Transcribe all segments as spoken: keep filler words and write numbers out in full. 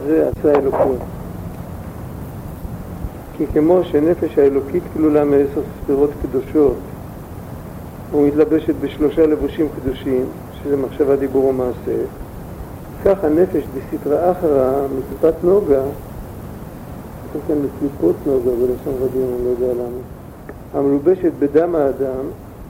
זה עשה אלוקות. כי כמו שנפש האלוקית כלולה מעשר ספירות קדושות ומתלבשת בשלושה לבושים קדושים, שזה מחשבה, דיבור ומעשה, כך הנפש בסתרא אחרא מקליפת נוגה, כאן מקליפות נוגה בלשון רבים, אני לא יודע למה, המלובשת בדם האדם,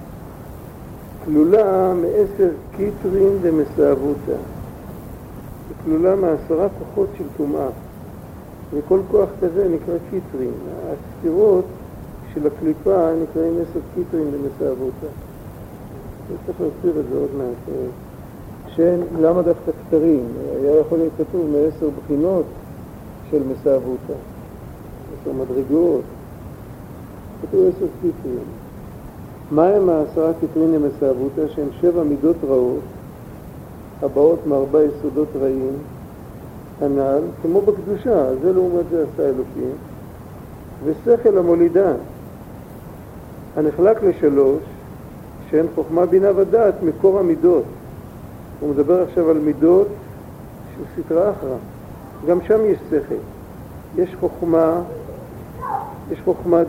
כלולה מעשר קיטרין דמסאבותא, כלולה מעשרה כוחות של טומאה, וכל כוח כזה נקרא קיטרין. הספירות של הקליפה נקראים עשר קיטרין דמסאבותא. צריך להסביר את זה עוד מעט. למה דווקא כתרים? היה יכול להיות כתוב מעשר בחינות של מסאבותא, עשר מדרגות, כתוב עשר קיטרין. מה הם העשרה קיטרין דמסאבותא? שהם שבע מידות רעות הבאות מארבע יסודות רעים הנ"ל, כמו בקדושה, זה לעומת זה עשה אלוקים, ושכל המולידה הנחלק לשלוש, שהן חוכמה, בינה ודעת, מקור המידות. הוא מדבר עכשיו על מידות של סתרא אחרא. גם שם יש שכל. יש חוכמה, יש חוכמה ד...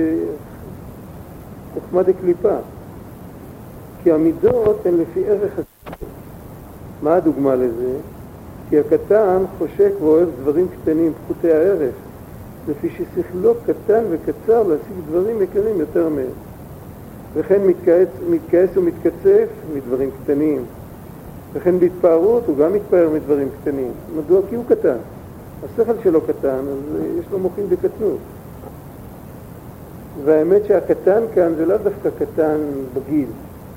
חוכמה דקליפה. כי המידות הן לפי ערך השכל. מה הדוגמה לזה? כי הקטן חושק ואוהב דברים קטנים, פחותי הערך, לפי ששכלו קטן וקצר להשיג דברים יקרים יותר מהם. וכן מתכעס, מתכעס ומתקצף מדברים קטנים. וכן בהתפארות הוא גם מתפאר מדברים קטנים. מדוע? כי הוא קטן. השכל שלו קטן, אז יש לו מוחין בקטנות. והאמת שהקטן כאן זה לא דווקא קטן בגיל.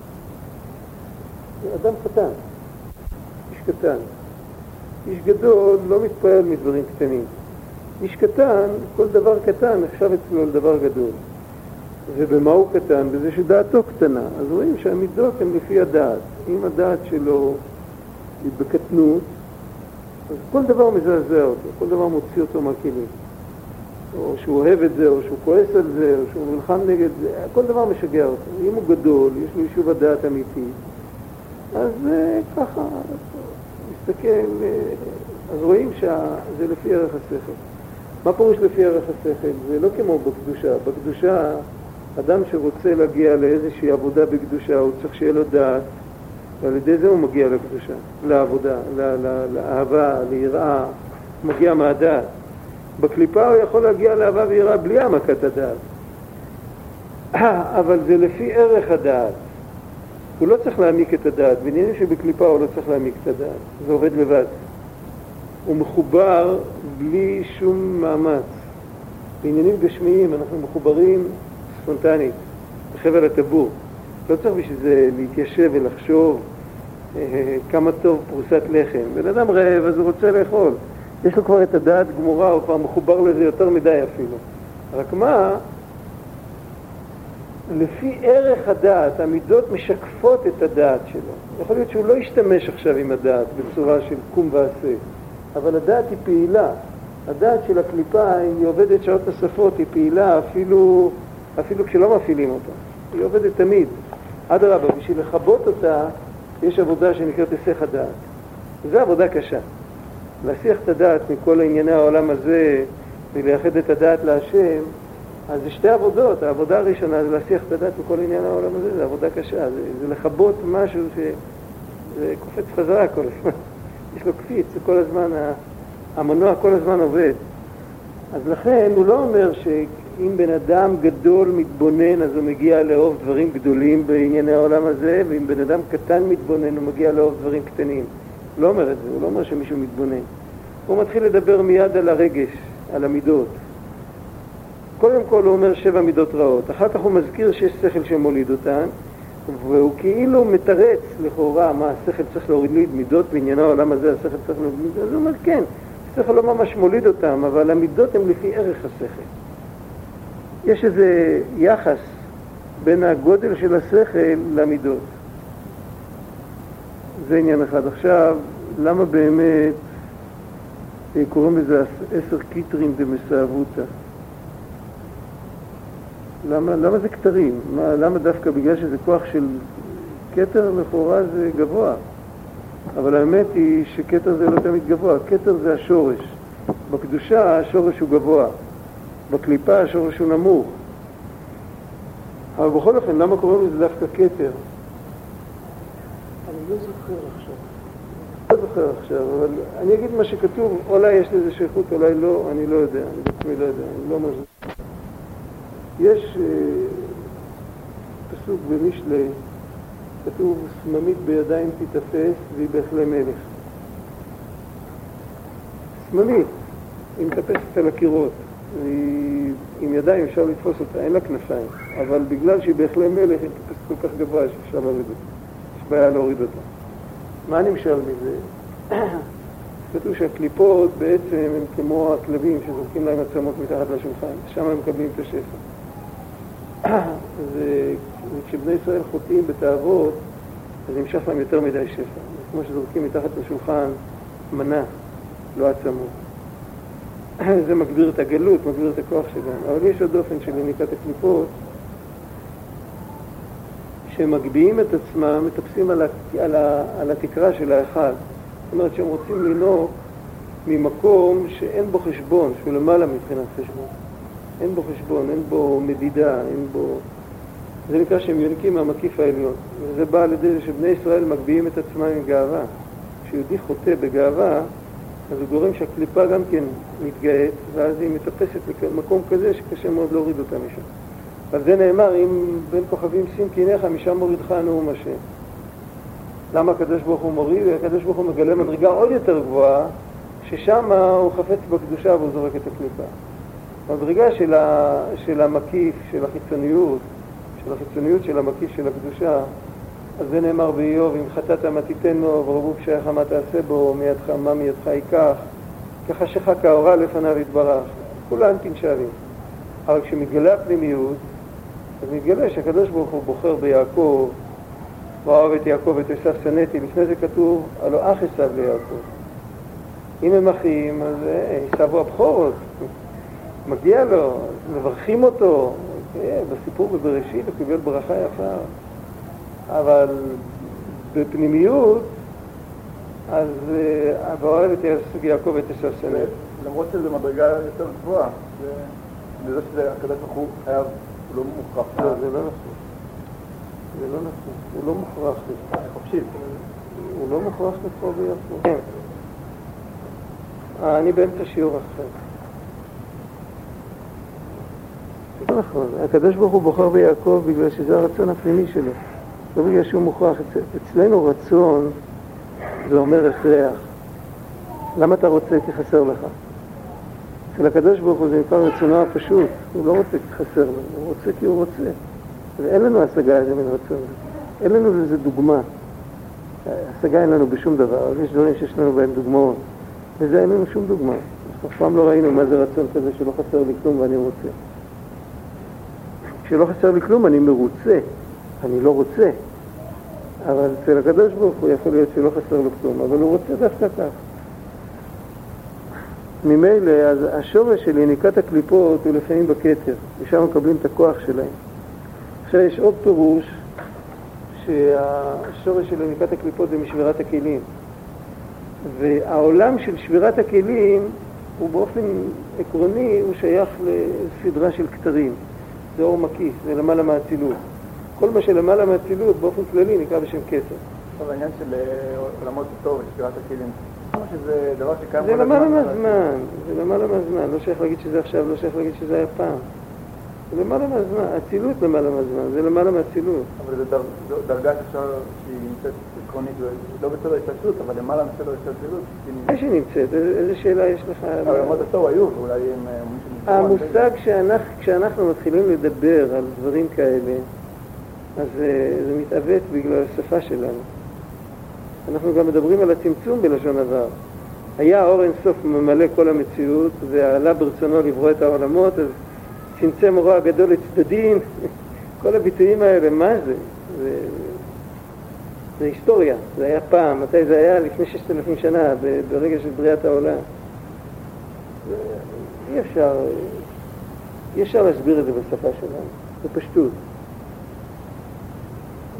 זה אדם קטן. איש קטן. איש גדול לא מתפעל מדברים קטנים. איש קטן, כל דבר קטן נחשב אצלו לדבר גדול. ובמה הוא קטן? בזה שדעתו קטנה. אז רואים שהמידות הן לפי הדעת. אם הדעת שלו היא בקטנות, אז כל דבר מזעזע אותו, כל דבר מוציא אותו מהכלים. או שהוא אוהב את זה, או שהוא כועס על זה, או שהוא מלחם נגד זה, כל דבר משגע אותו. אם הוא גדול, יש לו יישוב הדעת אמיתי, אז ככה, מסתכל, אז רואים שזה לפי ערך השכל. מה פירוש לפי ערך השכל? זה לא כמו בקדושה. בקדושה, אדם שרוצה להגיע לאיזושהי עבודה בקדושה, הוא צריך שיהיה לו דעת, ועל ידי זה הוא מגיע לקדושה, לעבודה, לאהבה, ליראה, הוא מגיע מהדעת. בקליפה הוא יכול להגיע לאהבה ויראה בלי העמקת הדעת. אבל זה לפי ערך הדעת. הוא לא צריך להעמיק את הדעת. בעניינים שבקליפה הוא לא צריך להעמיק את הדעת. זה עובד לבד. הוא מחובר בלי שום מאמץ. בעניינים גשמיים אנחנו מחוברים ספונטנית, בחבל הטבור. לא צריך בשביל זה להתיישב ולחשוב אה, כמה טוב פרוסת לחם. בן אדם רעב, אז הוא רוצה לאכול. יש לו כבר את הדעת גמורה, הוא כבר מחובר לזה יותר מדי אפילו. רק מה? לפי ערך הדעת, המידות משקפות את הדעת שלו. יכול להיות שהוא לא ישתמש עכשיו עם הדעת בצורה של קום ועשה, אבל הדעת היא פעילה. הדעת של הקליפה, היא עובדת שעות נוספות, היא פעילה אפילו, אפילו כשלא מפעילים אותה. היא עובדת תמיד. אדרבה, בשביל לכבות אותה, יש עבודה שנקראת היסח הדעת. זו עבודה קשה. להסיח את הדעת מכל ענייני העולם הזה ולייחד את הדעת להשם, אז זה שתי עבודות. העבודה הראשונה זה להסיח את הדעת מכל עניין העולם הזה, זה עבודה קשה. זה, זה לכבות משהו שזה קופץ חזרה כל הזמן. יש לו קפיץ, כל הזמן, המנוע כל הזמן עובד. אז לכן הוא לא אומר שאם בן אדם גדול מתבונן אז הוא מגיע לאהוב דברים גדולים בענייני העולם הזה, ואם בן אדם קטן מתבונן הוא מגיע לאהוב דברים קטנים. הוא לא אומר את זה, הוא לא אומר שמישהו מתבונן. הוא מתחיל לדבר מיד על הרגש, על המידות. קודם כל הוא אומר שבע מידות רעות, אחר כך הוא מזכיר שיש שכל שמוליד אותן, והוא כאילו מתרץ לכאורה מה השכל צריך להוריד מידות בענייני העולם הזה, השכל צריך להוריד מידות, אז הוא אומר כן, השכל לא ממש מוליד אותם, אבל המידות הן לפי ערך השכל. יש איזה יחס בין הגודל של השכל למידות. זה עניין אחד. עכשיו, למה באמת קוראים לזה עשר קיטרין דמסאבותא? למה, למה זה כתרים? מה, למה דווקא בגלל שזה כוח של כתר לכאורה זה גבוה? אבל האמת היא שכתר זה לא תמיד גבוה, כתר זה השורש. בקדושה השורש הוא גבוה, בקליפה השורש הוא נמוך. אבל בכל אופן, למה קוראים לזה דווקא כתר? אני לא זוכר עכשיו. לא זוכר עכשיו, אבל אני אגיד מה שכתוב, אולי יש לזה שייכות, אולי לא, אני לא יודע, אני בעצמי לא יודע, אני לא מזוכר. יש אה, פסוק במשלי, כתוב סממית בידיים תתפס והיא בהחלה מלך. סממית, היא מטפסת על הקירות, והיא, עם ידיים אפשר לתפוס אותה, אין לה כנפיים, אבל בגלל שהיא בהחלה מלך היא מטפסת כל כך גבוה שאפשר להוריד אותה, יש בעיה להוריד אותה. מה נמשל מזה? כתוב שהקליפות בעצם הם כמו הכלבים שזורקים להם עצמות מתחת לשולחן, שם הם מקבלים את השפע. וכשבני ישראל חוטאים בתאוות, אז נמשך להם יותר מדי שפע. כמו שזורקים מתחת לשולחן מנה, לא עצמות. זה מגביר את הגלות, מגביר את הכוח שלהם. אבל יש עוד אופן של יניקת הקליפות, שהם מגביהים את עצמם, מטפסים על, על, על התקרה של האחד. זאת אומרת שהם רוצים לנוק ממקום שאין בו חשבון, שהוא למעלה מבחינת חשבון. אין בו חשבון, אין בו מדידה, אין בו... זה נקרא שהם יונקים מהמקיף העליון. וזה בא על ידי זה שבני ישראל מגביהים את עצמם עם גאווה. כשיהודי חוטא בגאווה, אז הוא גורם שהקליפה גם כן מתגעת, ואז היא מטפסת למקום כזה שקשה מאוד להוריד אותה משם. על זה נאמר, אם בין כוכבים שים קיניך, משם מורידך נאום השם. למה הקדוש ברוך הוא מוריד? הקדוש ברוך הוא מגלה מדרגה עוד יותר גבוהה, ששם הוא חפץ בקדושה והוא זורק את הקליפה. המדרגה של, ה, של המקיף, של החיצוניות, של החיצוניות של המקיף של הקדושה, אז זה נאמר באיוב, אם חטאת מה תיתנו, ורבו פשעיך מה תעשה בו, מידך מה מידך ייקח, כחשך כאורה לפניו יתברך. כולם תנשארים. אבל כשמתגלה הפנימיות, אז מתגלה שהקדוש ברוך הוא בוחר ביעקב, ואוהב את יעקב ואת עשיו שנאתי. לפני זה כתוב, הלא אח עשיו ליעקב. אם הם אחים, אז עשיו הוא הבכורות. מגיע לו, מברכים אותו, בסיפור בבראשית הוא קיבל ברכה יפה, אבל בפנימיות, אז ואוהב את יעקב ואת עשיו שנאתי. למרות שזה מדרגה יותר גבוהה, לזה שזה הקדוש ברוך הוא היה, הוא לא מוכרח. לא, זה לא נכון. זה לא נכון. הוא לא מוכרח לבחור. חופשי. הוא לא מוכרח לבחור ביעקב. כן. אני באמצע שיעור אחר. זה לא נכון. הקדוש ברוך הוא בוחר ביעקב בגלל שזה הרצון הפנימי שלו. לא בגלל שהוא מוכרח. אצלנו רצון זה אומר הכרח. למה אתה רוצה כי חסר לך? אצל הקדוש ברוך הוא זה נקרא רצונו הפשוט, הוא לא רוצה כי חסר לו, הוא רוצה כי הוא רוצה. ואין לנו השגה איזה מן רצון. אין לנו איזה דוגמה. השגה אין לנו בשום דבר, אבל יש דברים שיש לנו בהם דוגמאות. וזה אין לנו שום דוגמה. אף פעם לא ראינו מה זה רצון כזה שלא חסר לי כלום ואני רוצה. כשלא חסר לי כלום אני מרוצה, אני לא רוצה. אבל אצל הקדוש ברוך הוא יכול להיות שלא חסר לו כלום, אבל הוא רוצה דווקא כך. ממילא, אז השורש של יניקת הקליפות הוא לפעמים בכתר, ושם מקבלים את הכוח שלהם. עכשיו יש עוד פירוש שהשורש של יניקת הקליפות זה משבירת הכלים. והעולם של שבירת הכלים הוא באופן עקרוני, הוא שייך לסדרה של כתרים. זה אור מקיף, זה למעלה מהצילות. כל מה שלמעלה מהצילות באופן כללי נקרא בשם כתר. עכשיו העניין של עולמות הטוב ושבירת הכלים. שזה דבר שקיים זה למעלה מהזמן, זה למעלה מהזמן, לא שייך להגיד שזה עכשיו, לא שייך להגיד שזה היה פעם. זה למעלה מהזמן, הצילות למעלה מהזמן, זה למעלה מהצילות. אבל זה דרגה שאפשר שהיא נמצאת עקרונית, לא בצד ההתעצלות, אבל למעלה מצד ההתעצלות. איזה שהיא נמצאת, איזה שאלה יש לך? אבל עולמות הטוב היו, אולי הם... המושג כשאנחנו מתחילים לדבר על דברים כאלה, אז זה מתעוות בגלל השפה שלנו. אנחנו גם מדברים על הצמצום בלשון עבר. היה האור אינסוף ממלא כל המציאות, ועלה ברצונו לברוא את העולמות, אז צמצם אורו הגדול לצדדים. כל הביטויים האלה, מה זה? זה, זה היסטוריה, זה היה פעם. מתי זה היה? לפני ששת אלפים שנה, ברגע של בריאת העולם. אי אפשר, אי אפשר להסביר את זה בשפה שלנו, זה פשטות.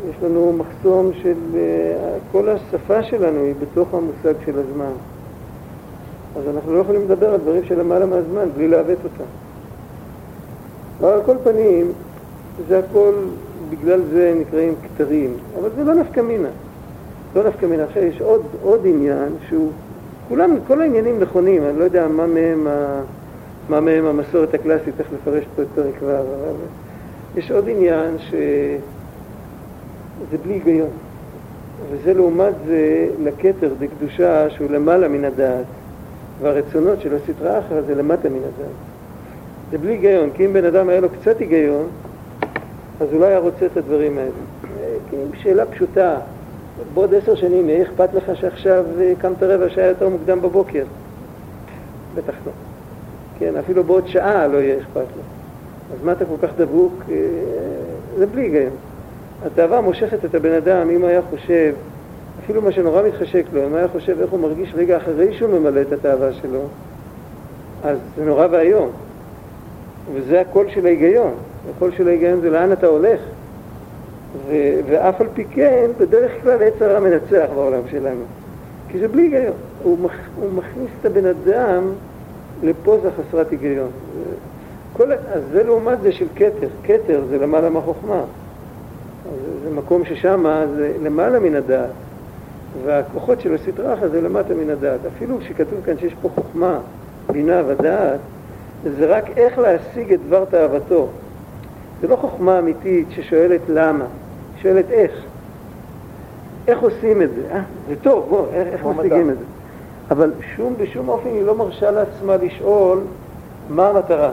יש לנו מחסום של... כל השפה שלנו היא בתוך המושג של הזמן. אז אנחנו לא יכולים לדבר על דברים שלמעלה מהזמן בלי לעוות אותם. אבל על כל פנים, זה הכל, בגלל זה נקראים כתרים, אבל זה לא נפקא מינה. לא נפקא מינה. עכשיו יש עוד, עוד עניין שהוא, כולם, כל העניינים נכונים, אני לא יודע מה מהם, ה, מה מהם המסורת הקלאסית, איך לפרש פה את פרק ו', אבל יש עוד עניין שזה בלי היגיון. וזה לעומת זה לכתר דקדושה שהוא למעלה מן הדעת, והרצונות של הסטרא אחרא זה למטה מן הדעת. זה בלי היגיון, כי אם בן אדם היה לו קצת היגיון, אז אולי היה רוצה את הדברים האלה. כי שאלה פשוטה, בעוד עשר שנים, יהיה אכפת לך שעכשיו קמת רבע שעה יותר מוקדם בבוקר? בטח לא. כן, אפילו בעוד שעה לא יהיה אכפת לו. אז מה אתה כל כך דבוק? זה בלי היגיון. התאווה מושכת את הבן אדם, אם היה חושב, אפילו מה שנורא מתחשק לו, אם היה חושב איך הוא מרגיש רגע אחרי שהוא ממלא את התאווה שלו, אז זה נורא והיום. וזה הקול של ההיגיון. הקול של ההיגיון זה לאן אתה הולך. ו- ואף על פי כן, בדרך כלל עץ הרע מנצח בעולם שלנו. כי זה בלי היגיון. הוא, מח- הוא מכניס את הבן אדם לפוזה חסרת היגיון. כל... אז זה לעומת זה של כתר. כתר זה למעלה מהחוכמה. זה מקום ששם זה למעלה מן הדעת. והכוחות של הסטרא אחרא זה למטה מן הדעת. אפילו שכתוב כאן שיש פה חוכמה, בינה ודעת, זה רק איך להשיג את דבר תאוותו. זה לא חוכמה אמיתית ששואלת למה, שואלת איך. איך עושים את זה? אה, זה טוב, בוא, איך, איך משיגים את זה? אבל שום, בשום אופן היא לא מרשה לעצמה לשאול מה המטרה.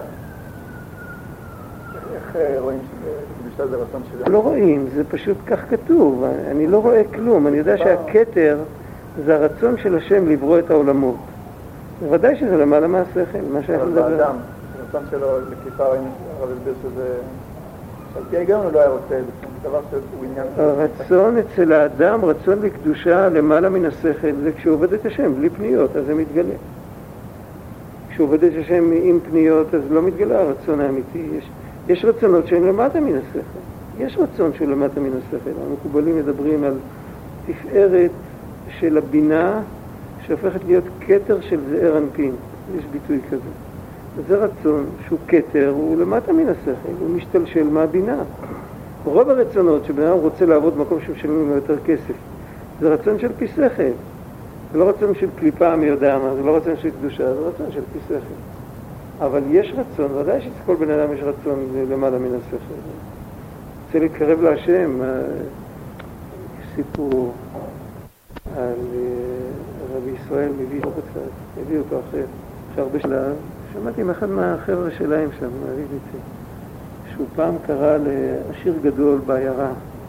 איך רואים שקדושה זה רצון שלה? לא רואים, זה פשוט כך כתוב. אני לא רואה כלום. אני יודע שהכתר זה הרצון של השם לברוא את העולמות. בוודאי שזה למעלה מהשכל, מה שייך לדבר. אבל באדם, הרצון שלו לקליפה, הרב הסביר שזה... על פי ההיגיון הוא לא היה רוצה, זה דבר שהוא עניין... הרצון אצל האדם, רצון לקדושה למעלה מן השכל, זה כשהוא עובד את השם, בלי פניות, אז זה מתגלה. כשהוא עובד את השם עם פניות, אז לא מתגלה הרצון האמיתי. יש, יש רצונות שהן למטה מן השכל. יש רצון שהוא למטה מן השכל. המקובלים מדברים על תפארת של הבינה, שהופכת להיות כתר של זעיר אנפין. יש ביטוי כזה. זה רצון שהוא כתר, הוא למטה מן השכל, הוא משתלשל מהבינה. רוב הרצונות שבן אדם רוצה לעבוד במקום שמשלמים לו יותר כסף, זה רצון של פי שכל. זה לא רצון של קליפה מי יודע מה, זה לא רצון של קדושה, זה רצון של פי שכל. אבל יש רצון, ודאי שכל בן אדם יש רצון למעלה מן השכל. רוצה להתקרב להשם, סיפור על רבי ישראל מביא אותו קצת, הביא אותו אחרי, אחרי הרבה שלב. שמעתי עם אחד מהחבר'ה שלהם שם, מהריב איתי, שהוא פעם קרא לעשיר גדול בעיירה,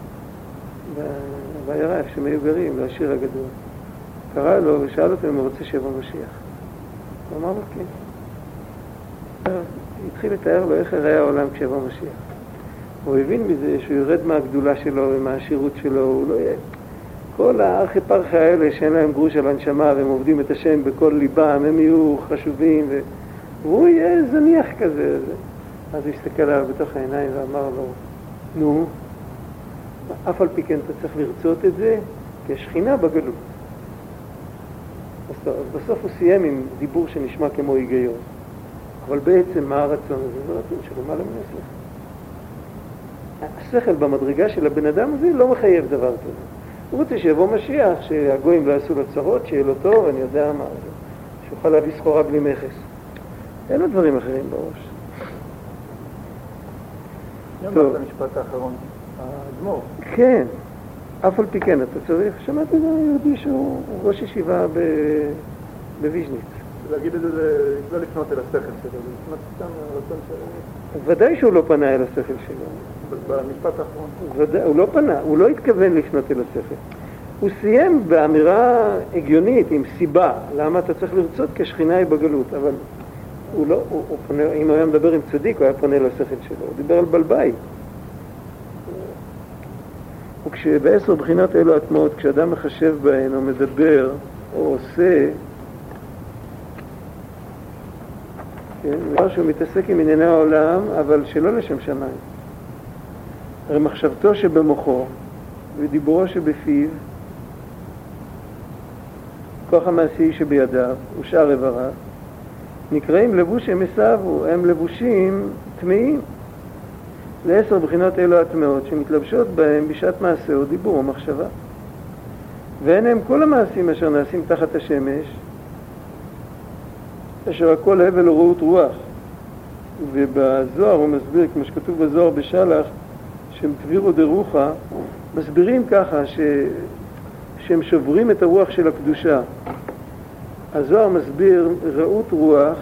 בעיירה איפה שהם היו גרים, לעשיר הגדול. קרא לו ושאל אותו אם הוא רוצה שיבוא משיח. הוא אמר לו כן. התחיל לתאר לו איך יראה העולם כשיבוא משיח. הוא הבין מזה שהוא ירד מהגדולה שלו ומהעשירות שלו, הוא לא יהיה... כל הארכי פרחי האלה שאין להם גרוש על הנשמה והם עובדים את השם בכל ליבם, הם יהיו חשובים ו... והוא יהיה זניח כזה. אז הוא הסתכל עליו בתוך העיניים ואמר לו, נו, אף על פי כן אתה צריך לרצות את זה, כי השכינה בגלות. אז בסוף הוא סיים עם דיבור שנשמע כמו היגיון. אבל בעצם מה הרצון הזה? זה רצון שלו, מה למי השכל? השכל במדרגה של הבן אדם הזה לא מחייב דבר כזה. הוא רוצה שיבוא משיח, שהגויים לא יעשו לו צרות, שיהיה לו טוב, אני יודע מה זה. שיוכל להביא סחורה בלי מכס. אין לו דברים אחרים בראש. טוב. זה המשפט האחרון, האדמו"ר. כן, אף על פי כן, אתה צריך, שמעתי זה יהודי שהוא ראש ישיבה בוויז'ניץ. להגיד את זה, לא לפנות אל השכל שלו, זה לפנות סתם הרצון שלו. ודאי שהוא לא פנה אל השכל שלו. במשפט האחרון. ודאי, הוא לא פנה, הוא לא התכוון לפנות אל השכל. הוא סיים באמירה הגיונית, עם סיבה, למה אתה צריך לרצות כשכינה היא בגלות, אבל הוא לא, הוא, הוא פונה, אם הוא היה מדבר עם צדיק, הוא היה פונה לשכל שלו, הוא דיבר על בלבאי. וכשבעשר בחינות אלו התמות, כשאדם מחשב בהן, או מדבר, או עושה, כן, דבר שהוא מתעסק עם ענייני העולם, אבל שלא לשם שמיים. הרי מחשבתו שבמוחו, ודיבורו שבפיו, כוח המעשי שבידיו ושאר איבריו, נקראים לבוש הם מסעבו, הם לבושים טמאים. לעשר בחינות אלו הטמאות שמתלבשות בהם בשעת מעשה או דיבור או מחשבה. והן הם כל המעשים אשר נעשים תחת השמש, אשר הכל הבל ורעות רוח. ובזוהר הוא מסביר, כמו שכתוב בזוהר בשלח, שהם תבירו דרוחה, מסבירים ככה ש... שהם שוברים את הרוח של הקדושה. הזוהר מסביר רעות רוח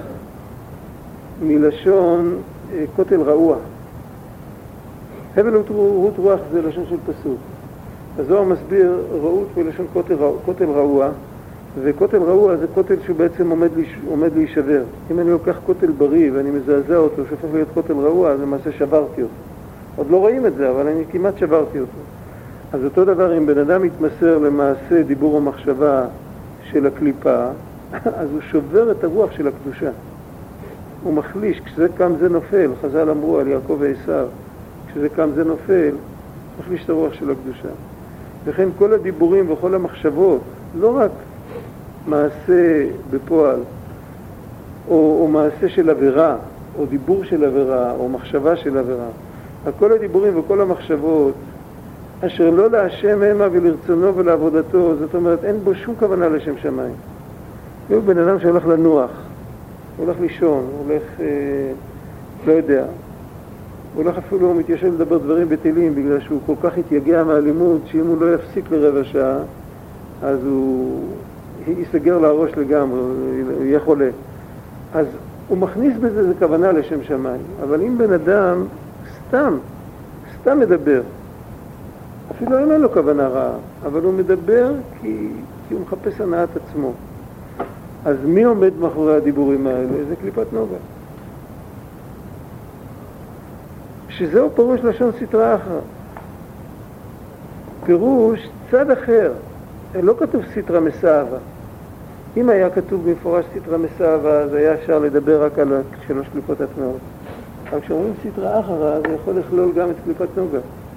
מלשון כותל רעוע. הבל ורעות רוח זה לשון של פסוק. הזוהר מסביר רעות מלשון כותל, כותל רעוע, וכותל רעוע זה כותל שהוא בעצם עומד, עומד להישבר. אם אני לוקח כותל בריא ואני מזעזע אותו, שהופך להיות כותל רעוע, אז למעשה שברתי אותו. עוד לא רואים את זה, אבל אני כמעט שברתי אותו. אז אותו דבר, אם בן אדם מתמסר למעשה דיבור או מחשבה של הקליפה, אז הוא שובר את הרוח של הקדושה. הוא מחליש, כשזה קם זה נופל, חז"ל אמרו על יעקב ועשיו, כשזה קם זה נופל, מחליש את הרוח של הקדושה. וכן כל הדיבורים וכל המחשבות, לא רק מעשה בפועל, או, או מעשה של עבירה, או דיבור של עבירה, או מחשבה של עבירה, כל הדיבורים וכל המחשבות, אשר לא להשם המה ולרצונו ולעבודתו, זאת אומרת, אין בו שום כוונה לשם שמיים. הוא בן אדם שהולך לנוח, הוא הולך לישון, הוא הולך, אה, לא יודע, הוא הולך אפילו, הוא מתיישב לדבר דברים בטלים, בגלל שהוא כל כך התייגע מהלימוד, שאם הוא לא יפסיק לרבע שעה, אז הוא ייסגר להראש לגמרי, הוא יהיה חולה. אז הוא מכניס בזה, זה כוונה לשם שמיים. אבל אם בן אדם סתם, סתם מדבר, אפילו אין לו כוונה רעה, אבל הוא מדבר כי, כי הוא מחפש הנעת עצמו. אז מי עומד מאחורי הדיבורים האלה? זה קליפת נוגה. שזהו פירוש לשון סטרא אחרא. פירוש צד אחר. לא כתוב סטרא מסעבא. אם היה כתוב במפורש סטרא מסעבא, אז היה אפשר לדבר רק על שלוש קליפות הטמאות. אבל כשאומרים סטרא אחרא, זה יכול לכלול גם את קליפת נוגה.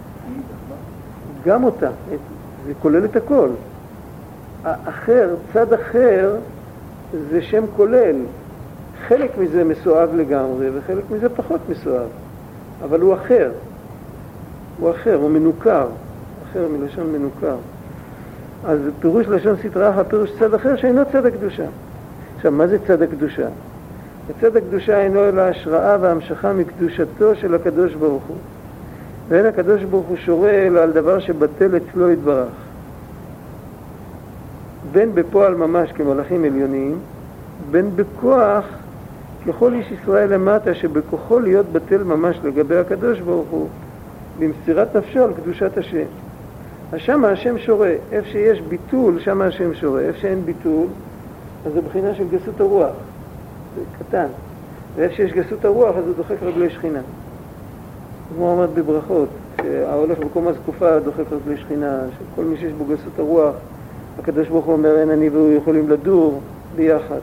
גם אותה. זה כולל את הכל. האחר, צד אחר, זה שם כולל. חלק מזה מסואב לגמרי, וחלק מזה פחות מסואב. אבל הוא אחר. הוא אחר, הוא מנוכר. אחר מלשון מנוכר. אז פירוש לשון סטרא אחרא, פירוש צד אחר שאינו צד הקדושה. עכשיו, מה זה צד הקדושה? צד הקדושה אינו אלא השראה והמשכה מקדושתו של הקדוש ברוך הוא. ואין הקדוש ברוך הוא שורה אלא על דבר שבטל אצלו יתברך. בין בפועל ממש כמלאכים עליונים, בין בכוח ככל איש ישראל למטה שבכוחו להיות בטל ממש לגבי הקדוש ברוך הוא, במסירת נפשו על קדושת השם. אז שמה השם שורה, איפה שיש ביטול, שמה השם שורה, איפה שאין ביטול, אז זה בחינה של גסות הרוח, זה קטן. ואיפה שיש גסות הרוח, אז הוא דוחק רגלי שכינה. כמו אמרת בברכות, שההולך במקום הזקופה דוחק רגלי שכינה, שכל מי שיש בו גסות הרוח, הקדוש ברוך הוא אומר, אין אני והוא יכולים לדור ביחד.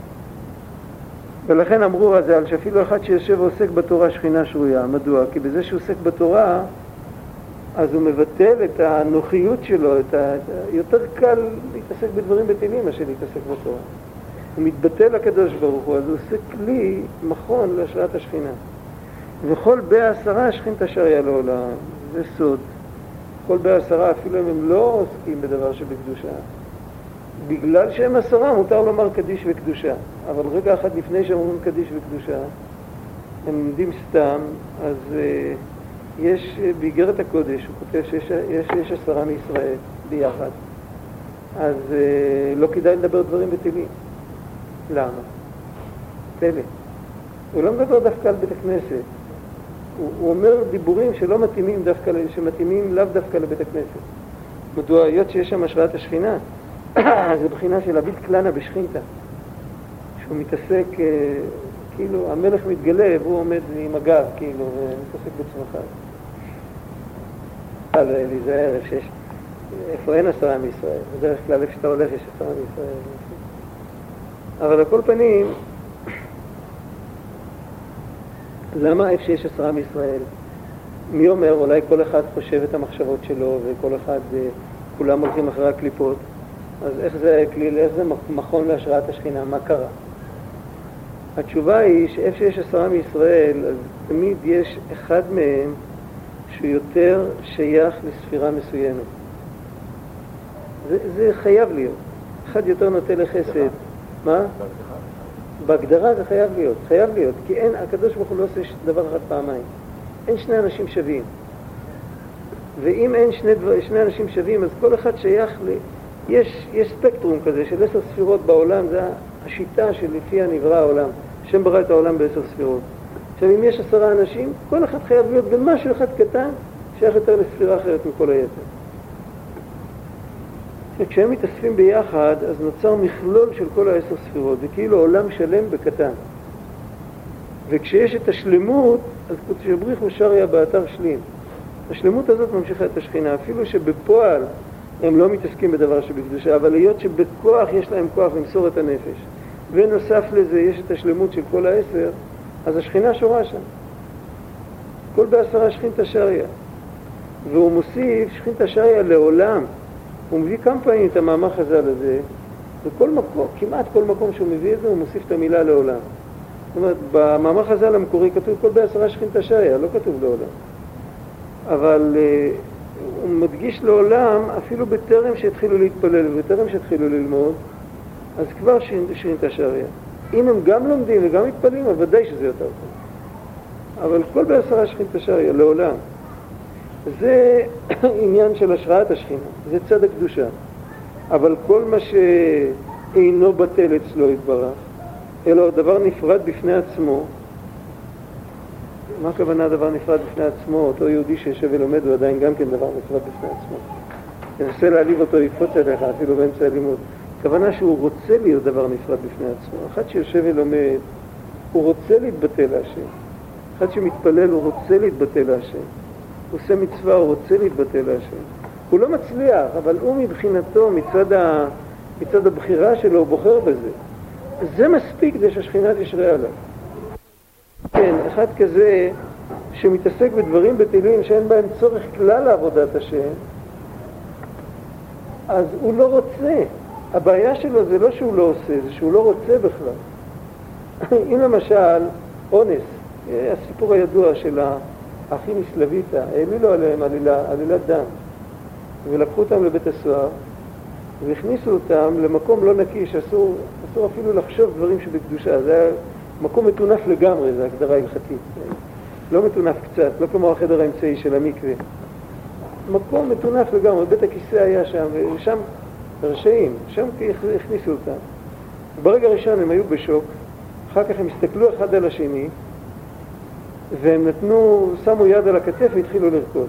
ולכן אמרו אז על שאפילו אחד שיושב ועוסק בתורה שכינה שרויה. מדוע? כי בזה שהוא עוסק בתורה, אז הוא מבטל את הנוחיות שלו, את ה... יותר קל להתעסק בדברים בטלים מאשר להתעסק בתורה. הוא מתבטל לקדוש ברוך הוא, אז הוא עושה כלי מכון להשראת השכינה. וכל בעשרה השכין תשריה לעולם, זה סוד. כל בעשרה, אפילו אם הם לא עוסקים בדבר שבקדושה, בגלל שהם עשרה מותר לומר קדיש וקדושה. אבל רגע אחד לפני שהם אומרים קדיש וקדושה, הם עומדים סתם, אז uh, יש באיגרת הקודש, הוא כותב שיש יש, יש עשרה מישראל ביחד. אז uh, לא כדאי לדבר דברים בטלים. למה? פלא. הוא לא מדבר דווקא על בית הכנסת. הוא, הוא אומר דיבורים שלא מתאימים דווקא, שמתאימים לאו דווקא לבית הכנסת. מדוע היות שיש שם השראת השכינה, זה בחינה של אביד קלנה בשכינתה, שהוא מתעסק, כאילו המלך מתגלה והוא עומד עם הגב, כאילו, ומתעסק בצמחיו. אבל להיזהר, שיש, איפה אין עשרה מישראל? בדרך כלל איפה שאתה הולך יש עשרה מישראל. אבל על כל פנים, למה איפה שיש עשרה מישראל? מי אומר, אולי כל אחד חושב את המחשבות שלו, וכל אחד, כולם הולכים אחרי הקליפות, אז איך זה, איך זה מכון להשראת השכינה? מה קרה? התשובה היא שאיפה שיש עשרה מישראל, אז תמיד יש אחד מהם שיותר שייך לספירה מסוימת. זה, זה חייב להיות. אחד יותר נוטה לחסד. מה? בהגדרה זה חייב להיות, חייב להיות, כי אין, הקדוש ברוך הוא לא עושה דבר אחד פעמיים. אין שני אנשים שווים. ואם אין שני, דבר, שני אנשים שווים, אז כל אחד שייך ל... יש, יש ספקטרום כזה של עשר ספירות בעולם, זה השיטה שלפיה נברא העולם. השם ברא את העולם בעשר ספירות. עכשיו, אם יש עשרה אנשים, כל אחד חייב להיות במשהו אחד קטן, שייך יותר לספירה אחרת מכל היתר. כשהם מתאספים ביחד, אז נוצר מכלול של כל העשר ספירות. זה כאילו עולם שלם בקטן. וכשיש את השלמות, אז שבריחו שריה באתר שלים. השלמות הזאת ממשיכה את השכינה, אפילו שבפועל הם לא מתעסקים בדבר שבקדושה, אבל להיות שבכוח יש להם כוח למסור את הנפש. ונוסף לזה יש את השלמות של כל העשר, אז השכינה שורה שם. כל בעשרה שכינתא שריה. והוא מוסיף שכינתא שריה לעולם. הוא מביא כמה פעמים את המאמר חז"ל הזה, וכל מקום, כמעט כל מקום שהוא מביא את זה, הוא מוסיף את המילה לעולם. זאת אומרת, במאמר חז"ל המקורי כתוב כל בעשרה שכינתא שריה, לא כתוב לעולם. אבל uh, הוא מדגיש לעולם, אפילו בטרם שהתחילו להתפלל ובטרם שהתחילו ללמוד, אז כבר שכינתא שריה. אם הם גם לומדים וגם מתפללים, אז ודאי שזה יותר טוב. אבל כל בעשרה שכינתא שריה, לעולם. זה עניין של השראת השכינה, זה צד הקדושה. אבל כל מה שאינו בטל אצלו יתברך, אלא דבר נפרד בפני עצמו. מה הכוונה דבר נפרד בפני עצמו? אותו יהודי שישב ולומד הוא עדיין גם כן דבר נפרד בפני עצמו. תנסה להעליב אותו, יקפוץ עליך, אפילו באמצע הלימוד. הכוונה שהוא רוצה להיות דבר נפרד בפני עצמו. אחד שיושב ולומד, הוא רוצה להתבטא להשם. אחד שמתפלל, הוא רוצה להתבטא להשם. הוא עושה מצווה, הוא רוצה להתבטא להשם. הוא לא מצליח, אבל הוא מבחינתו, מצד, ה... מצד הבחירה שלו, הוא בוחר בזה. זה מספיק כדי שהשכינה תשרה עליו. כן, אחד כזה שמתעסק בדברים בטלים שאין בהם צורך כלל לעבודת השם, אז הוא לא רוצה. הבעיה שלו זה לא שהוא לא עושה, זה שהוא לא רוצה בכלל. אם למשל, אונס, הסיפור הידוע של האחים מסלוויתא, העלילו עליהם עלילה, עלילת דם, ולקחו אותם לבית הסוהר, והכניסו אותם למקום לא נקי, שאסור אסור אפילו לחשוב דברים שבקדושה. זה היה מקום מטונף לגמרי, זה הגדרה הלכתית. לא מטונף קצת, לא כמו החדר האמצעי של המקווה. מקום מטונף לגמרי, בית הכיסא היה שם, ושם רשעים, שם הכניסו אותם. ברגע הראשון הם היו בשוק, אחר כך הם הסתכלו אחד על השני, והם נתנו, שמו יד על הכתף והתחילו לרקוד.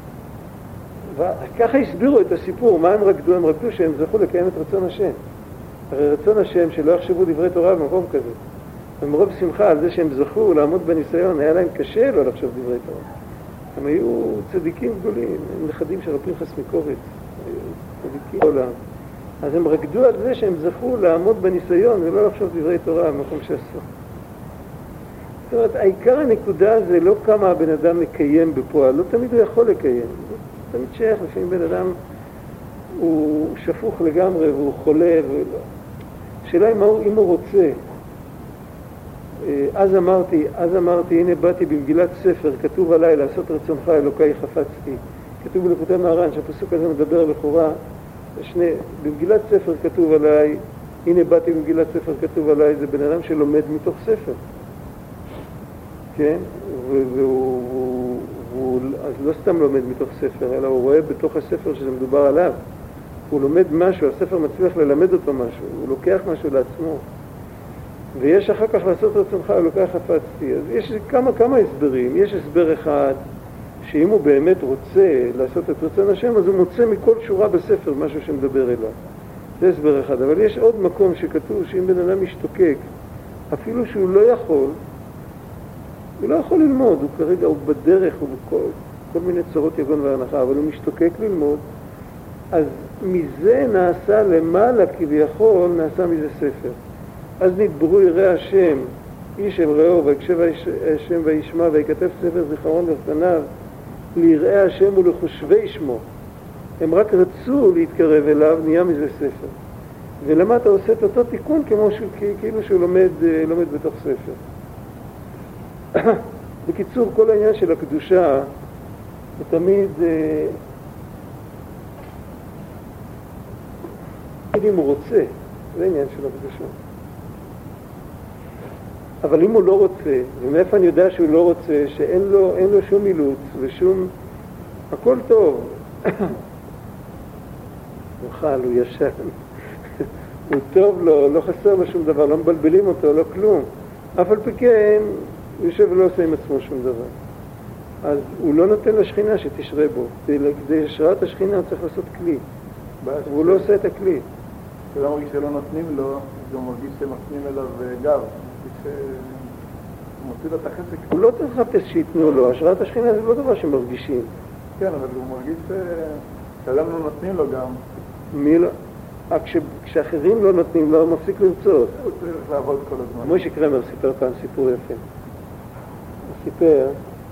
וככה הסבירו את הסיפור, מה הם רקדו? הם רקדו שהם זכו לקיים את רצון השם. הרי רצון השם שלא יחשבו דברי תורה במקום כזה. ומרוב שמחה על זה שהם זכו לעמוד בניסיון, היה להם קשה לא לחשוב דברי תורה. הם היו צדיקים גדולים, הם נכדים של רב פנחס מקוריץ, היו צדיקים בעולם. אז הם רקדו על זה שהם זכו לעמוד בניסיון ולא לחשוב דברי תורה במקום שעשו. זאת אומרת, העיקר הנקודה זה לא כמה הבן אדם מקיים בפועל, לא תמיד הוא יכול לקיים. תמיד שייך, לפעמים בן אדם הוא שפוך לגמרי והוא חולה ולא. השאלה אם הוא, אם הוא רוצה. אז אמרתי, אז אמרתי, הנה באתי במגילת ספר, כתוב עליי לעשות רצונך אלוקי חפצתי. כתוב בליקוטי מהר"ן, שהפסוק הזה מדבר לכאורה, שני, במגילת ספר כתוב עליי, הנה באתי במגילת ספר כתוב עליי, זה בן אדם שלומד מתוך ספר. כן? והוא, והוא, והוא, אז לא סתם לומד מתוך ספר, אלא הוא רואה בתוך הספר שזה מדובר עליו. הוא לומד משהו, הספר מצליח ללמד אותו משהו, הוא לוקח משהו לעצמו. ויש אחר כך לעשות רצונך, הוא לוקח חפצתי. אז יש כמה, כמה הסברים. יש הסבר אחד, שאם הוא באמת רוצה לעשות את רצון השם, אז הוא מוצא מכל שורה בספר משהו שמדבר אליו. זה הסבר אחד. אבל יש עוד מקום שכתוב שאם בן אדם משתוקק, אפילו שהוא לא יכול, הוא לא יכול ללמוד, הוא כרגע, הוא בדרך, הוא בכל כל מיני צורות יגון והנחה, אבל הוא משתוקק ללמוד, אז מזה נעשה למעלה כביכול, נעשה מזה ספר. אז נדברו ירא השם, איש אל רעהו, ויקשב השם וישמע, ויקטף ספר זיכרון לפניו, ליראי השם ולחושבי שמו. הם רק רצו להתקרב אליו, נהיה מזה ספר. ולמטה עושה את אותו תיקון כמו שהוא, כאילו שהוא לומד, לומד בתוך ספר. בקיצור, כל העניין של הקדושה הוא תמיד, אם הוא רוצה, זה העניין של הקדושה. אבל אם הוא לא רוצה, ומאיפה אני יודע שהוא לא רוצה, שאין לו, אין לו שום אילוץ ושום, הכל טוב. הוא חל, הוא ישן, הוא טוב לו, לא חסר לו שום דבר, לא מבלבלים אותו, לא כלום. אף על פי כן, הוא יושב ולא עושה עם עצמו שום דבר. אז הוא לא נותן לשכינה שתשרה בו. כדי השראת השכינה הוא צריך לעשות כלי. והוא לא עושה את הכלי. כשאדם מרגיש שלא נותנים לו, אז הוא מרגיש שמפנים אליו גב. הוא מוציא לו את החסק. הוא לא צריך לחפש שיתנו לו. השראת השכינה זה לא דבר שמרגישים. כן, אבל הוא מרגיש שאדם לא נותנים לו גם. מי לא? כשאחרים לא נותנים לו, הוא מפסיק לרצות. הוא צריך לעבוד כל הזמן. מוישה קרמר סיפר פעם סיפור יפה. הוא סיפר,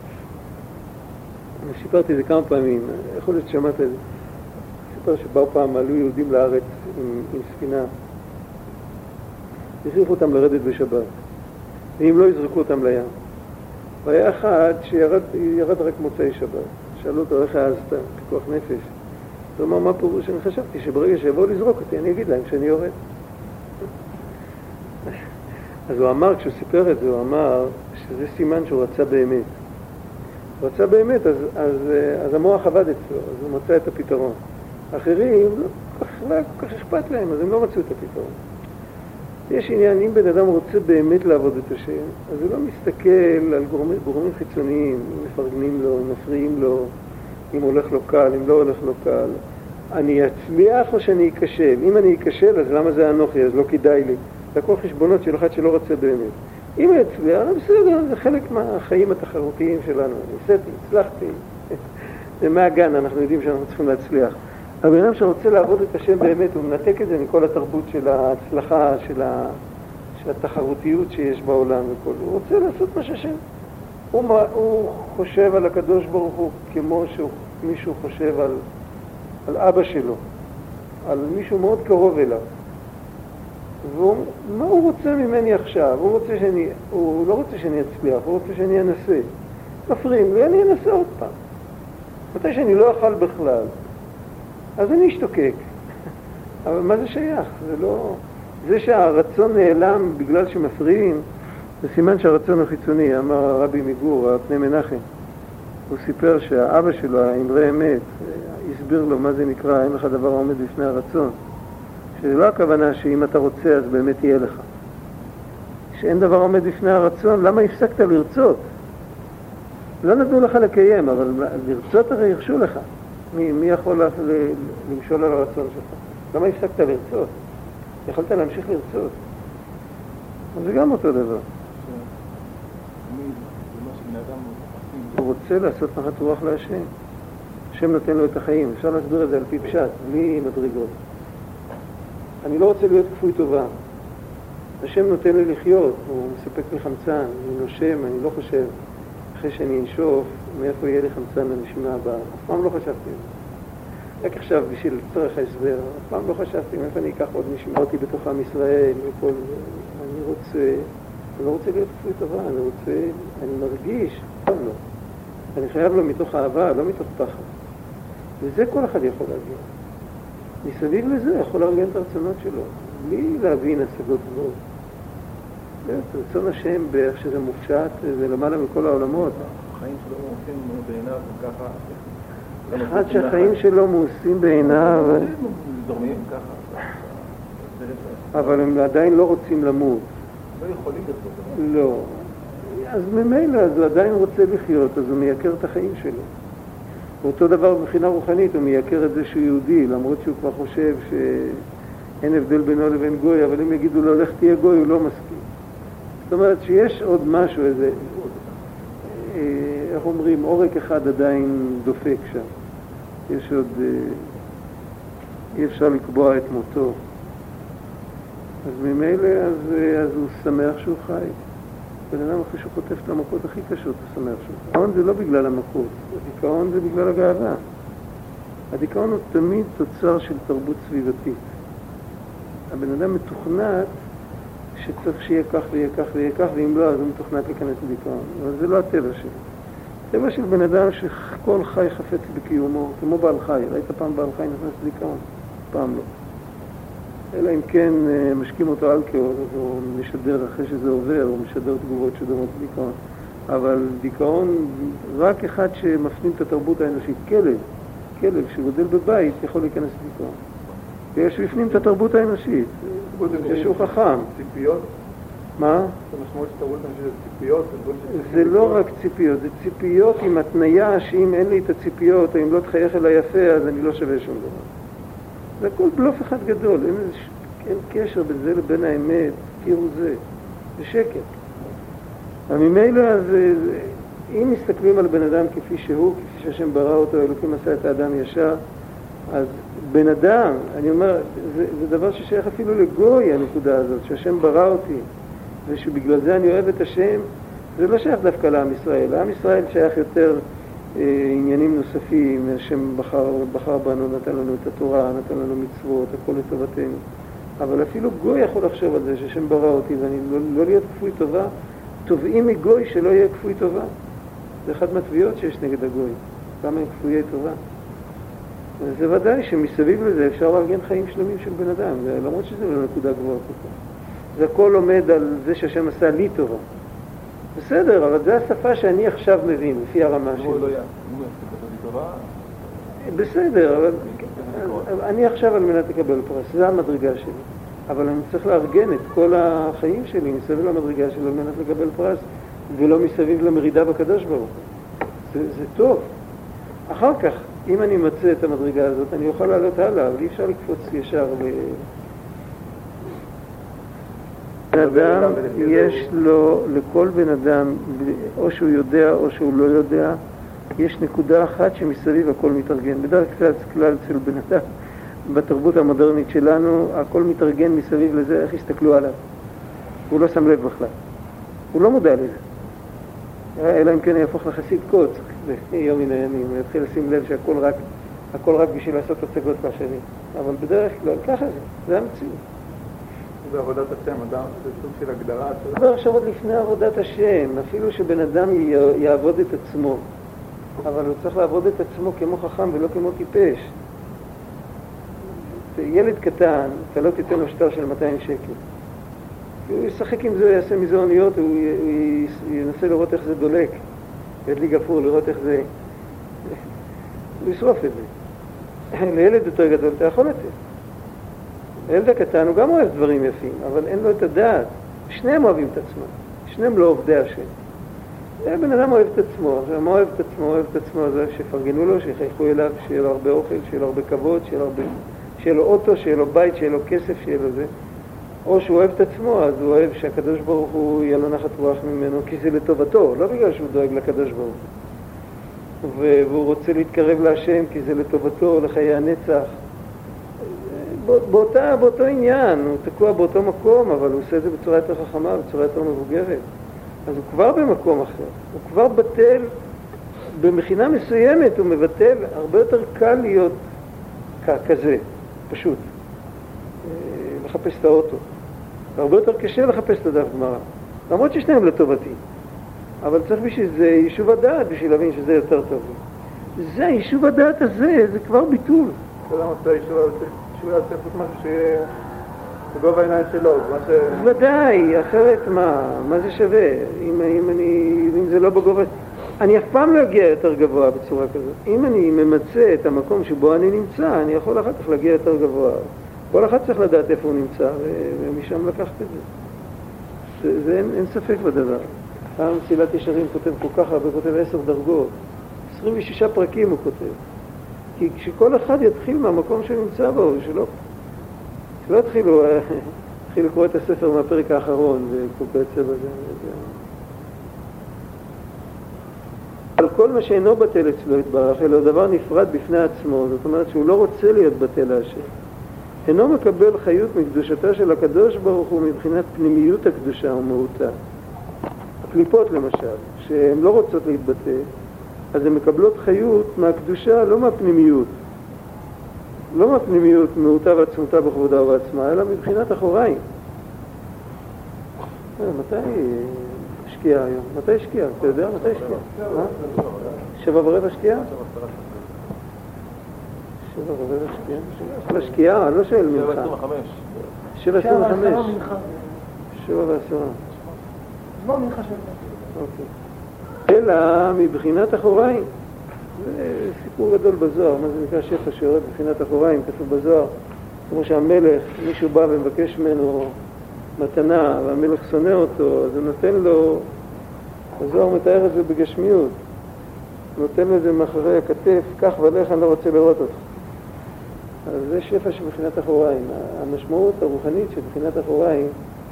אני סיפרתי את זה כמה פעמים, יכול להיות ששמעת את זה. סיפר שבאו פעם, עלו יהודים לארץ עם, עם ספינה. הכריחו אותם לרדת בשבת, ואם לא יזרקו אותם לים. והיה אחד שירד רק מוצאי שבת. שאלו אותו, איך העזת? פיקוח נפש. הוא אמר, מה פירוש? אני חשבתי שברגע שיבואו לזרוק אותי, אני אגיד להם שאני יורד. אז הוא אמר, כשהוא סיפר את זה, הוא אמר שזה סימן שהוא רצה באמת. הוא רצה באמת, אז, אז, אז המוח עבד אצלו, אז הוא מצא את הפתרון. אחרים, לא כל כך, לא כל כך אכפת להם, אז הם לא מצאו את הפתרון. יש עניין, אם בן אדם רוצה באמת לעבוד את השם, אז הוא לא מסתכל על גורמים, גורמים חיצוניים, אם מפרגנים לו, אם מפריעים לו, אם הולך לו קל, אם לא הולך לו קל. אני אצליח או שאני אכשל? אם אני אכשל, אז למה זה אנוכי? אז לא כדאי לי. זה הכל חשבונות של אחד שלא רצה באמת. אם אני אצליח, בסדר, זה חלק מהחיים התחרותיים שלנו. ניסיתי, הצלחתי. זה מהגן, אנחנו יודעים שאנחנו צריכים להצליח. אבל בן אדם שרוצה לעבוד את השם באמת, הוא מנתק את זה מכל התרבות של ההצלחה, של, ה... של התחרותיות שיש בעולם וכל. הוא רוצה לעשות מה שהשם. הוא, הוא חושב על הקדוש ברוך הוא כמו שמישהו חושב על, על אבא שלו, על מישהו מאוד קרוב אליו. ומה הוא רוצה ממני עכשיו? הוא, רוצה שאני, הוא לא רוצה שאני אצליח, הוא רוצה שאני אנסה. מפריעים לי, אני אנסה עוד פעם. מתי שאני לא אוכל בכלל, אז אני אשתוקק. אבל מה זה שייך? זה לא... זה שהרצון נעלם בגלל שמפריעים, זה סימן שהרצון הוא חיצוני. אמר הרבי מגור, הפני מנחם. הוא סיפר שהאבא שלו, האמרי אמת, הסביר לו מה זה נקרא, אין לך דבר עומד בפני הרצון. שזה לא הכוונה שאם אתה רוצה אז באמת יהיה לך. שאין דבר עומד בפני הרצון, למה הפסקת לרצות? לא נתנו לך לקיים, אבל לרצות הרי ירשו לך. מי, מי יכול למשול על הרצון שלך? למה הפסקת לרצות? יכולת להמשיך לרצות. אז זה גם אותו דבר. הוא רוצה לעשות נחת רוח להשם. השם נותן לו את החיים. אפשר להסביר את זה על פי פשט, בלי מדרגות. אני לא רוצה להיות כפוי טובה. השם נותן לי לחיות, הוא מספק לי חמצן, אני נושם, אני לא חושב. אחרי שאני אנשוף, מאיפה יהיה לי חמצן לנשימה הבאה. אף פעם לא חשבתי על זה. רק עכשיו, בשביל צורך ההסבר, אף פעם לא חשבתי מאיפה אני אקח עוד נשימה אותי בתוך עם ישראל וכל... אני רוצה... אני לא רוצה להיות כפוי טובה, אני רוצה... אני מרגיש, טוב לא. אני חייב לו מתוך אהבה, לא מתוך פחד. וזה כל אחד יכול להגיע. מסביב לזה יכול לארגן את הרצונות שלו, בלי להבין השגות גבוהות. רצון השם באיך שזה מופשט, זה למעלה מכל העולמות. החיים שלו מועשים בעיניו ככה... אחד שהחיים שלו מועשים בעיניו... דורמים ככה. אבל הם עדיין לא רוצים למות. לא יכולים לרצות. לא. אז ממילא, אז הוא עדיין רוצה לחיות, אז הוא מייקר את החיים שלו. ואותו דבר מבחינה רוחנית, הוא מייקר את זה שהוא יהודי, למרות שהוא כבר חושב שאין הבדל בינו לבין גוי, אבל אם יגידו לו, לך תהיה גוי, הוא לא מסכים. זאת אומרת שיש עוד משהו, איזה, איך אומרים, עורק אחד עדיין דופק שם. יש עוד, אי אפשר לקבוע את מותו. אז ממילא, אז, אז הוא שמח שהוא חי. בן אדם אחרי שהוא חוטף את המכות הכי קשות, הוא שמח שלו. הדיכאון זה לא בגלל המכות, הדיכאון זה בגלל הגאווה. הדיכאון הוא תמיד תוצר של תרבות סביבתית. הבן אדם מתוכנת שצריך שיהיה כך ויהיה כך ויהיה כך, ואם לא, אז הוא מתוכנת להיכנס לדיכאון. אבל זה לא הטבע שלו. הטבע של בן אדם שכל חי חפץ בקיומו, כמו בעל חי. ראית פעם בעל חי נכנס לדיכאון? פעם לא. אלא אם כן משקים אותו אלכוהול, אז הוא משדר אחרי שזה עובר, הוא משדר תגובות שדומות לדיכאון. אבל דיכאון, רק אחד שמפנים את התרבות האנושית, כלב, כלב שגודל בבית יכול להיכנס לדיכאון. ויש בפנים את התרבות האנושית, שהוא חכם. ציפיות? מה? זה משמעות שתרבות האנושית זה ציפיות? זה לא רק ציפיות, זה ציפיות עם התניה שאם אין לי את הציפיות, או אם לא תחייך אליי יפה, אז אני לא שווה שום דבר. זה הכל בלוף אחד גדול, אין, אין קשר בין זה לבין האמת, תראו זה, זה שקר. וממילא, אז, אם מסתכלים על בן אדם כפי שהוא, כפי שהשם ברא אותו, אלוקים עשה את האדם ישר, אז בן אדם, אני אומר, זה, זה דבר ששייך אפילו לגוי, הנקודה הזאת, שהשם ברא אותי, ושבגלל זה אני אוהב את השם, זה לא שייך דווקא לעם ישראל. לעם ישראל שייך יותר אה, עניינים נוספים, השם בחר, בחר בנו, נתן לנו את התורה, נתן לנו מצוות, הכל לטובתנו. אבל אפילו גוי יכול לחשוב על זה, שהשם ברא אותי, ואני לא, לא להיות כפוי טובה, תובעים מגוי שלא יהיה כפוי טובה. זה אחד מהתביעות שיש נגד הגוי, כמה הם כפויי טובה. זה ודאי שמסביב לזה אפשר לארגן חיים שלמים של בן אדם, למרות שזה לא נקודה גבוהה כל כך. זה הכל עומד על זה שהשם עשה לי טובה. בסדר, אבל זה השפה שאני עכשיו מבין, לפי הרמה שלי. הוא לא יעשה, הוא יעשה טובה? בסדר, אבל אני עכשיו על מנת לקבל פרס, זה המדרגה שלי. אבל אני צריך לארגן את כל החיים שלי מסביב למדרגה שלי על מנת לקבל פרס, ולא מסביב למרידה בקדוש ברוך הוא. זה, זה טוב. אחר כך, אם אני מצא את המדרגה הזאת, אני אוכל לעלות הלאה, אבל אי אפשר לקפוץ ישר ל... בן אדם, יש לו, לכל בן אדם, או שהוא יודע או שהוא לא יודע, יש נקודה אחת שמסביב הכל מתארגן. בדרך כלל, כלל אצל בן אדם, בתרבות המודרנית שלנו, הכל מתארגן מסביב לזה, איך הסתכלו עליו. הוא לא שם לב בכלל. הוא לא מודע לזה. אלא אם כן יהפוך לחסיד קוץ, יום מן הימים, הוא יתחיל לשים לב שהכל רק, הכל רק בשביל לעשות הצגות לאחרים. אבל בדרך כלל, ככה זה, זה המציאות. בעבודת השם, אדם, זה סוג של הגדרה. כבר עכשיו עוד לפני עבודת השם, אפילו שבן אדם יעבוד את עצמו, אבל הוא צריך לעבוד את עצמו כמו חכם ולא כמו טיפש. ילד קטן, אתה לא תיתן לו שטר של מאתיים שקל. הוא ישחק עם זה, יעשה מזה אוניות, הוא ינסה לראות איך זה דולק, ידליק גפור, לראות איך זה... הוא ישרוף את זה. לילד יותר גדול, אתה יכול לתת. הילד הקטן הוא גם אוהב דברים יפים, אבל אין לו את הדעת. שניהם אוהבים את עצמם, שניהם לא עובדי השם. בן אדם אוהב את עצמו, עכשיו מה אוהב את עצמו? אוהב את עצמו, אז שפרגנו לו, שיחייכו אליו, שיהיה לו הרבה אוכל, שיהיה לו הרבה כבוד, שיהיה לו, הרבה... שיהיה לו אוטו, שיהיה לו בית, שיהיה לו כסף, שיהיה לו זה. או שהוא אוהב את עצמו, אז הוא אוהב שהקדוש ברוך הוא יהיה לו נחת רוח ממנו, כי זה לטובתו, לא בגלל שהוא דואג לקדוש ברוך הוא. והוא רוצה להתקרב להשם, כי זה לטובתו, לחיי הנצח. באותה, באותו עניין, הוא תקוע באותו מקום, אבל הוא עושה את זה בצורה יותר חכמה, בצורה יותר מבוגרת. אז הוא כבר במקום אחר. הוא כבר בטל, במכינה מסוימת הוא מבטל, הרבה יותר קל להיות כזה, פשוט. לחפש את האוטו. הרבה יותר קשה לחפש את הדף גמרא. למרות ששניהם לטובתי. אבל צריך בשביל זה יישוב הדעת, בשביל להבין שזה יותר טוב. זה, יישוב הדעת הזה, זה כבר ביטול. אתה יודע מה עושה יישוב הדעת? שהוא יעשה פשוט משהו שיהיה בגובה העיניים שלו, מה ש... ודאי, אחרת מה? מה זה שווה? אם, אם, אני, אם זה לא בגובה... אני אף פעם לא אגיע יותר גבוה בצורה כזאת. אם אני ממצא את המקום שבו אני נמצא, אני יכול אחר כך להגיע יותר גבוה. כל אחד צריך לדעת איפה הוא נמצא, ומשם לקחת את זה. זה, זה אין, אין ספק בדבר. פעם מסילת ישרים כותב כל כך הרבה, כותב עשר דרגות. עשרים ושישה פרקים הוא כותב. כי כשכל אחד יתחיל מהמקום שנמצא בו, שלא, שלא יתחילו, יתחילו לקרוא את הספר מהפרק האחרון, וקופצה בזה. על כל מה שאינו בטל אצלו יתברך, אלא דבר נפרד בפני עצמו, זאת אומרת שהוא לא רוצה להיות בטל להשם. אינו מקבל חיות מקדושתה של הקדוש ברוך הוא מבחינת פנימיות הקדושה ומהותה. הקליפות למשל, שהן לא רוצות להתבטא, אז הן מקבלות חיות מהקדושה, לא מהפנימיות. לא מהפנימיות, מהותה ועצמותה בכבודה ובעצמה, אלא מבחינת אחוריים. מתי השקיעה היום? מתי השקיעה? אתה יודע? מתי השקיעה? מה? שבע ורבע שקיעה? שבע ורבע שקיעה? שבע שקיעה, אני לא שואל ממך. שבע עשרים וחמש. שבע עשרים וחמש. שבע ועשרה. לא מנחה שבע. אוקיי. אלא מבחינת אחוריים. זה סיפור גדול בזוהר, מה זה נקרא שפע שיורד מבחינת אחוריים, כתוב בזוהר, כמו שהמלך, מישהו בא ומבקש ממנו מתנה, והמלך שונא אותו, אז הוא נותן לו, הזוהר מתאר את זה בגשמיות, הוא נותן לו את זה מאחורי הכתף, כך ולך אני לא רוצה לראות אותך. אז זה שפע שבחינת אחוריים. המשמעות הרוחנית שבחינת אחוריים,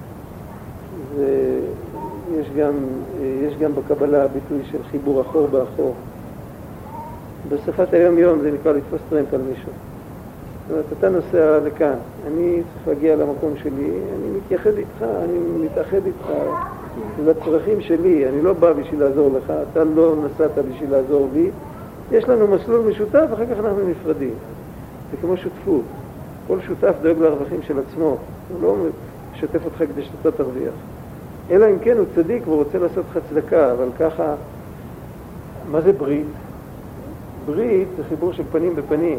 זה, יש גם, יש גם בקבלה ביטוי של חיבור אחור באחור. בשפת היום יום זה נקרא לתפוס טרמפ על מישהו. זאת אומרת, אתה נוסע לכאן, אני צריך להגיע למקום שלי, אני מתייחד איתך, אני מתאחד איתך לצרכים שלי, אני לא בא בשביל לעזור לך, אתה לא נסעת בשביל לעזור לי, יש לנו מסלול משותף, אחר כך אנחנו נפרדים. זה כמו שותפות, כל שותף דואג לרווחים של עצמו, הוא לא משתף אותך כדי שאתה תרוויח. אלא אם כן הוא צדיק והוא רוצה לעשות לך צדקה, אבל ככה, מה זה ברית? ברית זה חיבור של פנים בפנים.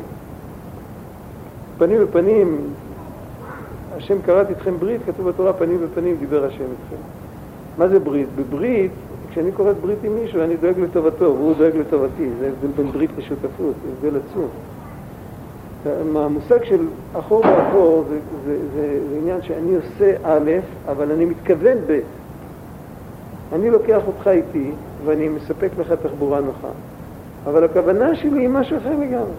פנים בפנים, השם קראת איתכם ברית, כתוב בתורה פנים בפנים דיבר השם איתכם. מה זה ברית? בברית, כשאני קוראת ברית עם מישהו, אני דואג לטובתו, והוא דואג לטובתי. זה הבדל בין ברית לשותפות, זה הבדל עצום. המושג של אחור באחור זה, זה, זה, זה עניין שאני עושה א', אבל אני מתכוון ב'. אני לוקח אותך איתי, ואני מספק לך תחבורה נוחה. אבל הכוונה שלי היא משהו אחר לגמרי.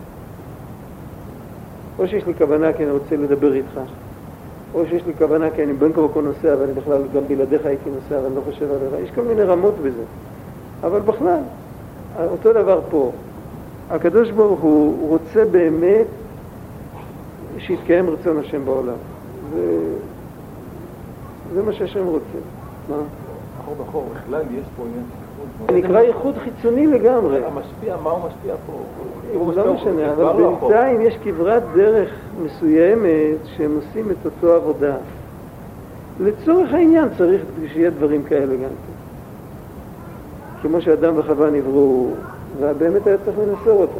או שיש לי כוונה כי אני רוצה לדבר איתך, או שיש לי כוונה כי אני בין כה וכה נוסע, ואני בכלל גם בלעדיך הייתי נוסע, ואני לא חושב עליך. יש כל מיני רמות בזה. אבל בכלל, אותו דבר פה. הקדוש ברוך הוא רוצה באמת שיתקיים רצון השם בעולם. זה, זה מה שהשם רוצה. מה? אחור בחור, בכלל יש פה עניין. זה נקרא ייחוד חיצוני לגמרי. המשפיע, מה הוא משפיע פה? הוא לא משנה, אבל בינתיים יש כברת דרך מסוימת שהם עושים את אותו עבודה. לצורך העניין צריך שיהיה דברים כאלה גם. כמו שאדם וחווה נבראו, ובאמת היה צריך לנסור אותם.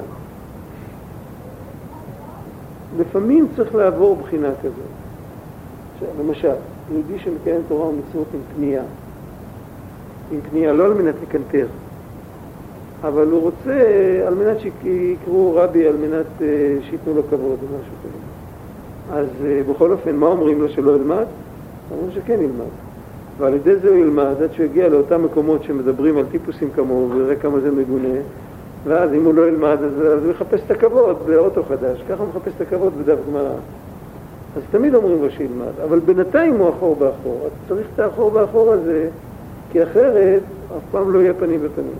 לפעמים צריך לעבור בחינה כזאת. למשל, יהודי שמקיים תורה ומצוות עם פנייה. עם פנייה, לא על מנת לקנטר, אבל הוא רוצה על מנת שיקראו רבי, על מנת שיתנו לו כבוד או משהו כזה. אז בכל אופן, מה אומרים לו שלא ילמד? אומרים שכן ילמד. ועל ידי זה הוא ילמד, עד שהוא יגיע לאותם מקומות שמדברים על טיפוסים כמוהו, ויראה כמה זה מגונה, ואז אם הוא לא ילמד, אז, אז הוא יחפש את הכבוד באוטו חדש. ככה הוא מחפש את הכבוד בדף גמרא. אז תמיד אומרים לו שילמד, אבל בינתיים הוא אחור באחור. אז צריך את האחור באחור הזה, כי אחרת אף פעם לא יהיה פנים בפנים.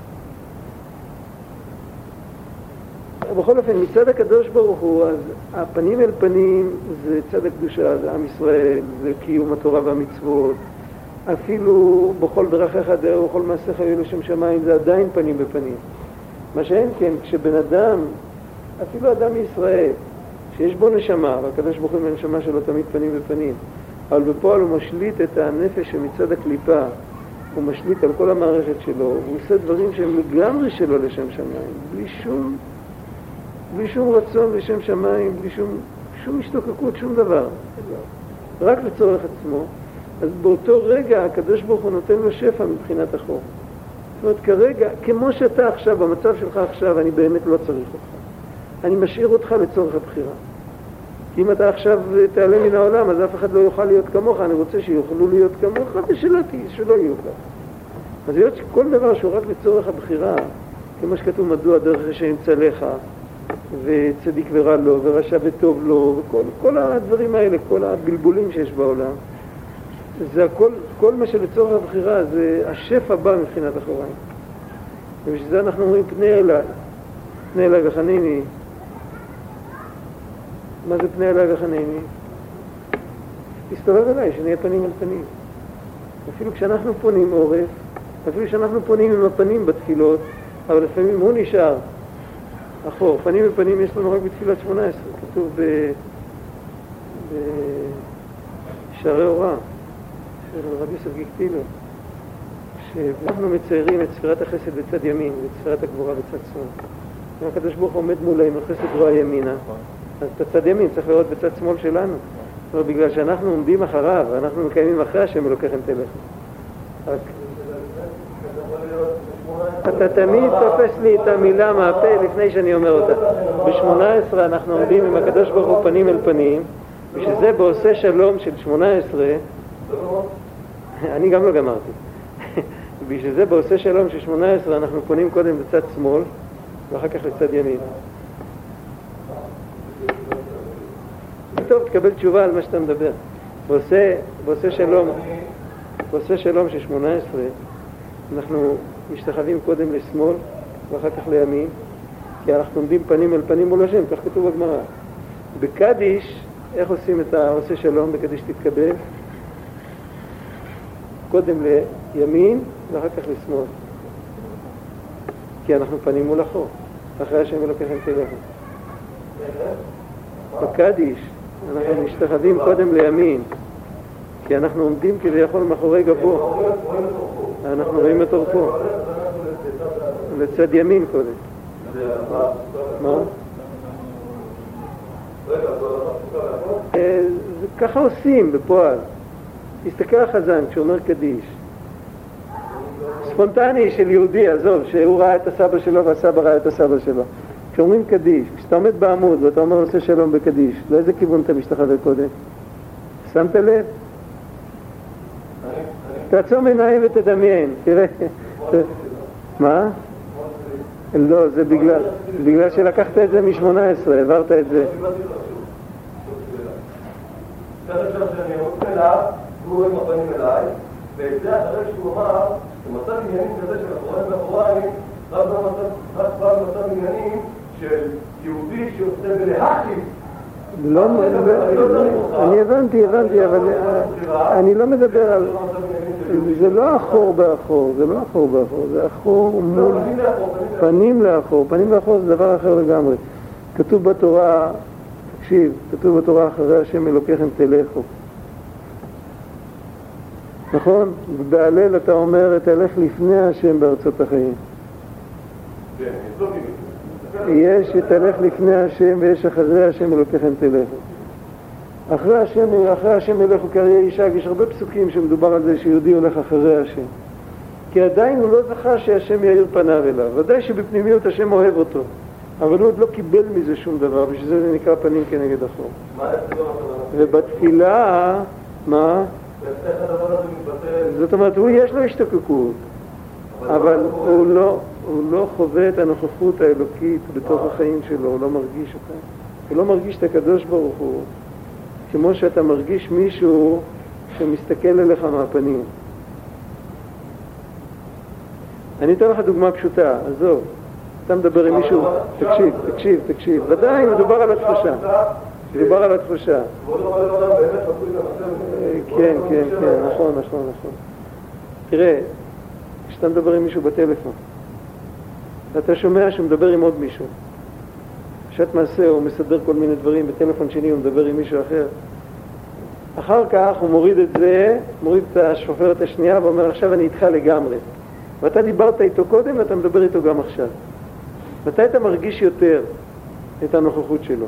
בכל אופן, מצד הקדוש ברוך הוא, אז הפנים אל פנים זה צד הקדושה, זה עם ישראל, זה קיום התורה והמצוות. אפילו בכל דרכיך דרך ובכל מעשיך יהיו לשם שמיים, זה עדיין פנים בפנים. מה שאין כן, כשבן אדם, אפילו אדם מישראל, שיש בו נשמה, והקדוש ברוך הוא עם הנשמה שלו תמיד פנים בפנים, אבל בפועל הוא משליט את הנפש שמצד הקליפה, הוא משליט על כל המערכת שלו, הוא עושה דברים שהם לגמרי שלו לשם שמיים, בלי שום, בלי שום רצון לשם שמיים, בלי שום, שום השתוקקות, שום דבר, רק לצורך עצמו. אז באותו רגע הקדוש ברוך הוא נותן לו שפע מבחינת החור. זאת אומרת, כרגע, כמו שאתה עכשיו, במצב שלך עכשיו, אני באמת לא צריך אותך. אני משאיר אותך לצורך הבחירה. כי אם אתה עכשיו תעלה מן העולם, אז אף אחד לא יוכל להיות כמוך, אני רוצה שיוכלו להיות כמוך, ושלא שלא יהיו כך. אז להיות שכל דבר שהוא רק לצורך הבחירה, כמו שכתוב מדוע דרך רשע ימצא לך, וצדיק ורע לו, ורשע וטוב לו, וכל כל הדברים האלה, כל הבלבולים שיש בעולם, זה הכל, כל מה שלצורך הבחירה, זה השפע בא מבחינת אחוריים. ובשביל זה אנחנו אומרים פני אליי, פני אליי וחניני. מה זה פני אליי וחניני? תסתובב אליי, שנהיה פנים על פנים. אפילו כשאנחנו פונים עורף, אפילו כשאנחנו פונים עם הפנים בתפילות, אבל לפעמים הוא נשאר אחור. פנים ופנים יש לנו רק בתפילת שמונה עשרה, כתוב ב... בשערי הוראה של רבי יוסף גיקטילו, שאנחנו מציירים את ספירת החסד בצד ימין ואת ספירת הגבורה בצד שמאל. אם הקדוש ברוך הוא עומד מולנו, חסד רואה ימינה, אז את הצד ימין צריך לראות בצד שמאל שלנו. זאת אומרת, בגלל שאנחנו עומדים אחריו, אנחנו מקיימים אחרי השם אלוקיכם תלכו. רק אתה תמיד תופס לי את המילה מהפה לפני שאני אומר אותה. ב-שמונה עשרה אנחנו עומדים עם הקדוש ברוך הוא פנים אל פנים, ושזה בעושה שלום של שמונה עשרה, אני גם לא גמרתי. בשביל זה בעושה שלום של שמונה עשרה אנחנו פונים קודם לצד שמאל ואחר כך לצד ימין. טוב, תקבל תשובה על מה שאתה מדבר. בעושה, בעושה שלום, בעושה שלום של שמונה עשרה אנחנו משתחווים קודם לשמאל ואחר כך לימין, כי אנחנו עומדים פנים אל פנים מול השם, כך כתוב בגמרא. בקדיש, איך עושים את העושה שלום בקדיש תתקבל? קודם לימין ואחר כך לשמאל, כי אנחנו פנים מול החור, אחרי השם אלוקיכם תלכו. בקדיש אנחנו משתחווים קודם לימין, כי אנחנו עומדים כביכול מאחורי גבו, אנחנו רואים את אורכו לצד ימין קודם. מה? ככה עושים בפועל. תסתכל על חזן כשאומר קדיש ספונטני של יהודי, עזוב, שהוא ראה את הסבא שלו והסבא ראה את הסבא שלו. כשאומרים קדיש, כשאתה עומד בעמוד ואתה אומר עושה שלום בקדיש, לאיזה כיוון אתה משתחווה קודם? שמת לב? תעצום עיניים ותדמיין, תראה. מה? לא, זה בגלל, בגלל שלקחת את זה מ-שמונה עשרה, העברת את זה. ככה עכשיו שאני רוצה אליו, והוא רואה עם הפנים אליי, ואת זה אחרי שהוא אמר, במצב עניינים כזה של אחוריים ואחוריים, רק במצב עניינים של יהודי שעושה בלהכים. לא, אני הבנתי, הבנתי, אבל אני לא מדבר על... זה לא אחור באחור, זה לא אחור באחור, זה אחור מול... פנים לאחור, פנים לאחור זה דבר אחר לגמרי. כתוב בתורה, תקשיב, כתוב בתורה אחרי השם אלוקיכם תלכו. נכון? בהלל אתה אומר, תלך לפני השם בארצות החיים. יש תלך לפני השם ויש אחרי השם אלוקיכם תלכו. אחרי השם, אחרי השם ילכו קריה ישג, יש הרבה פסוקים שמדובר על זה שיהודי הולך אחרי השם. כי עדיין הוא לא זכה שהשם יאיר פניו אליו. ודאי שבפנימיות השם אוהב אותו. אבל הוא עוד לא קיבל מזה שום דבר, בשביל זה זה נקרא פנים כנגד החור. ובתפילה, מה? זאת אומרת, הוא יש לו השתוקקות, אבל הוא לא, הוא לא חווה את הנוכחות האלוקית בתוך החיים שלו, הוא לא מרגיש אותה. הוא לא מרגיש את הקדוש ברוך הוא, כמו שאתה מרגיש מישהו שמסתכל אליך מהפנים. אני אתן לך דוגמה פשוטה, עזוב. אתה מדבר עם מישהו, תקשיב, תקשיב, תקשיב. ודאי, מדובר על התחושה. מדובר על התחושה. כן, כן, כן, נכון, נכון, נכון. תראה, כשאתה מדבר עם מישהו בטלפון, ואתה שומע שהוא מדבר עם עוד מישהו, שאת מעשה הוא מסדר כל מיני דברים, בטלפון שני הוא מדבר עם מישהו אחר, אחר כך הוא מוריד את זה, מוריד את השופרת השנייה ואומר, עכשיו אני איתך לגמרי. ואתה דיברת איתו קודם ואתה מדבר איתו גם עכשיו. מתי אתה מרגיש יותר את הנוכחות שלו?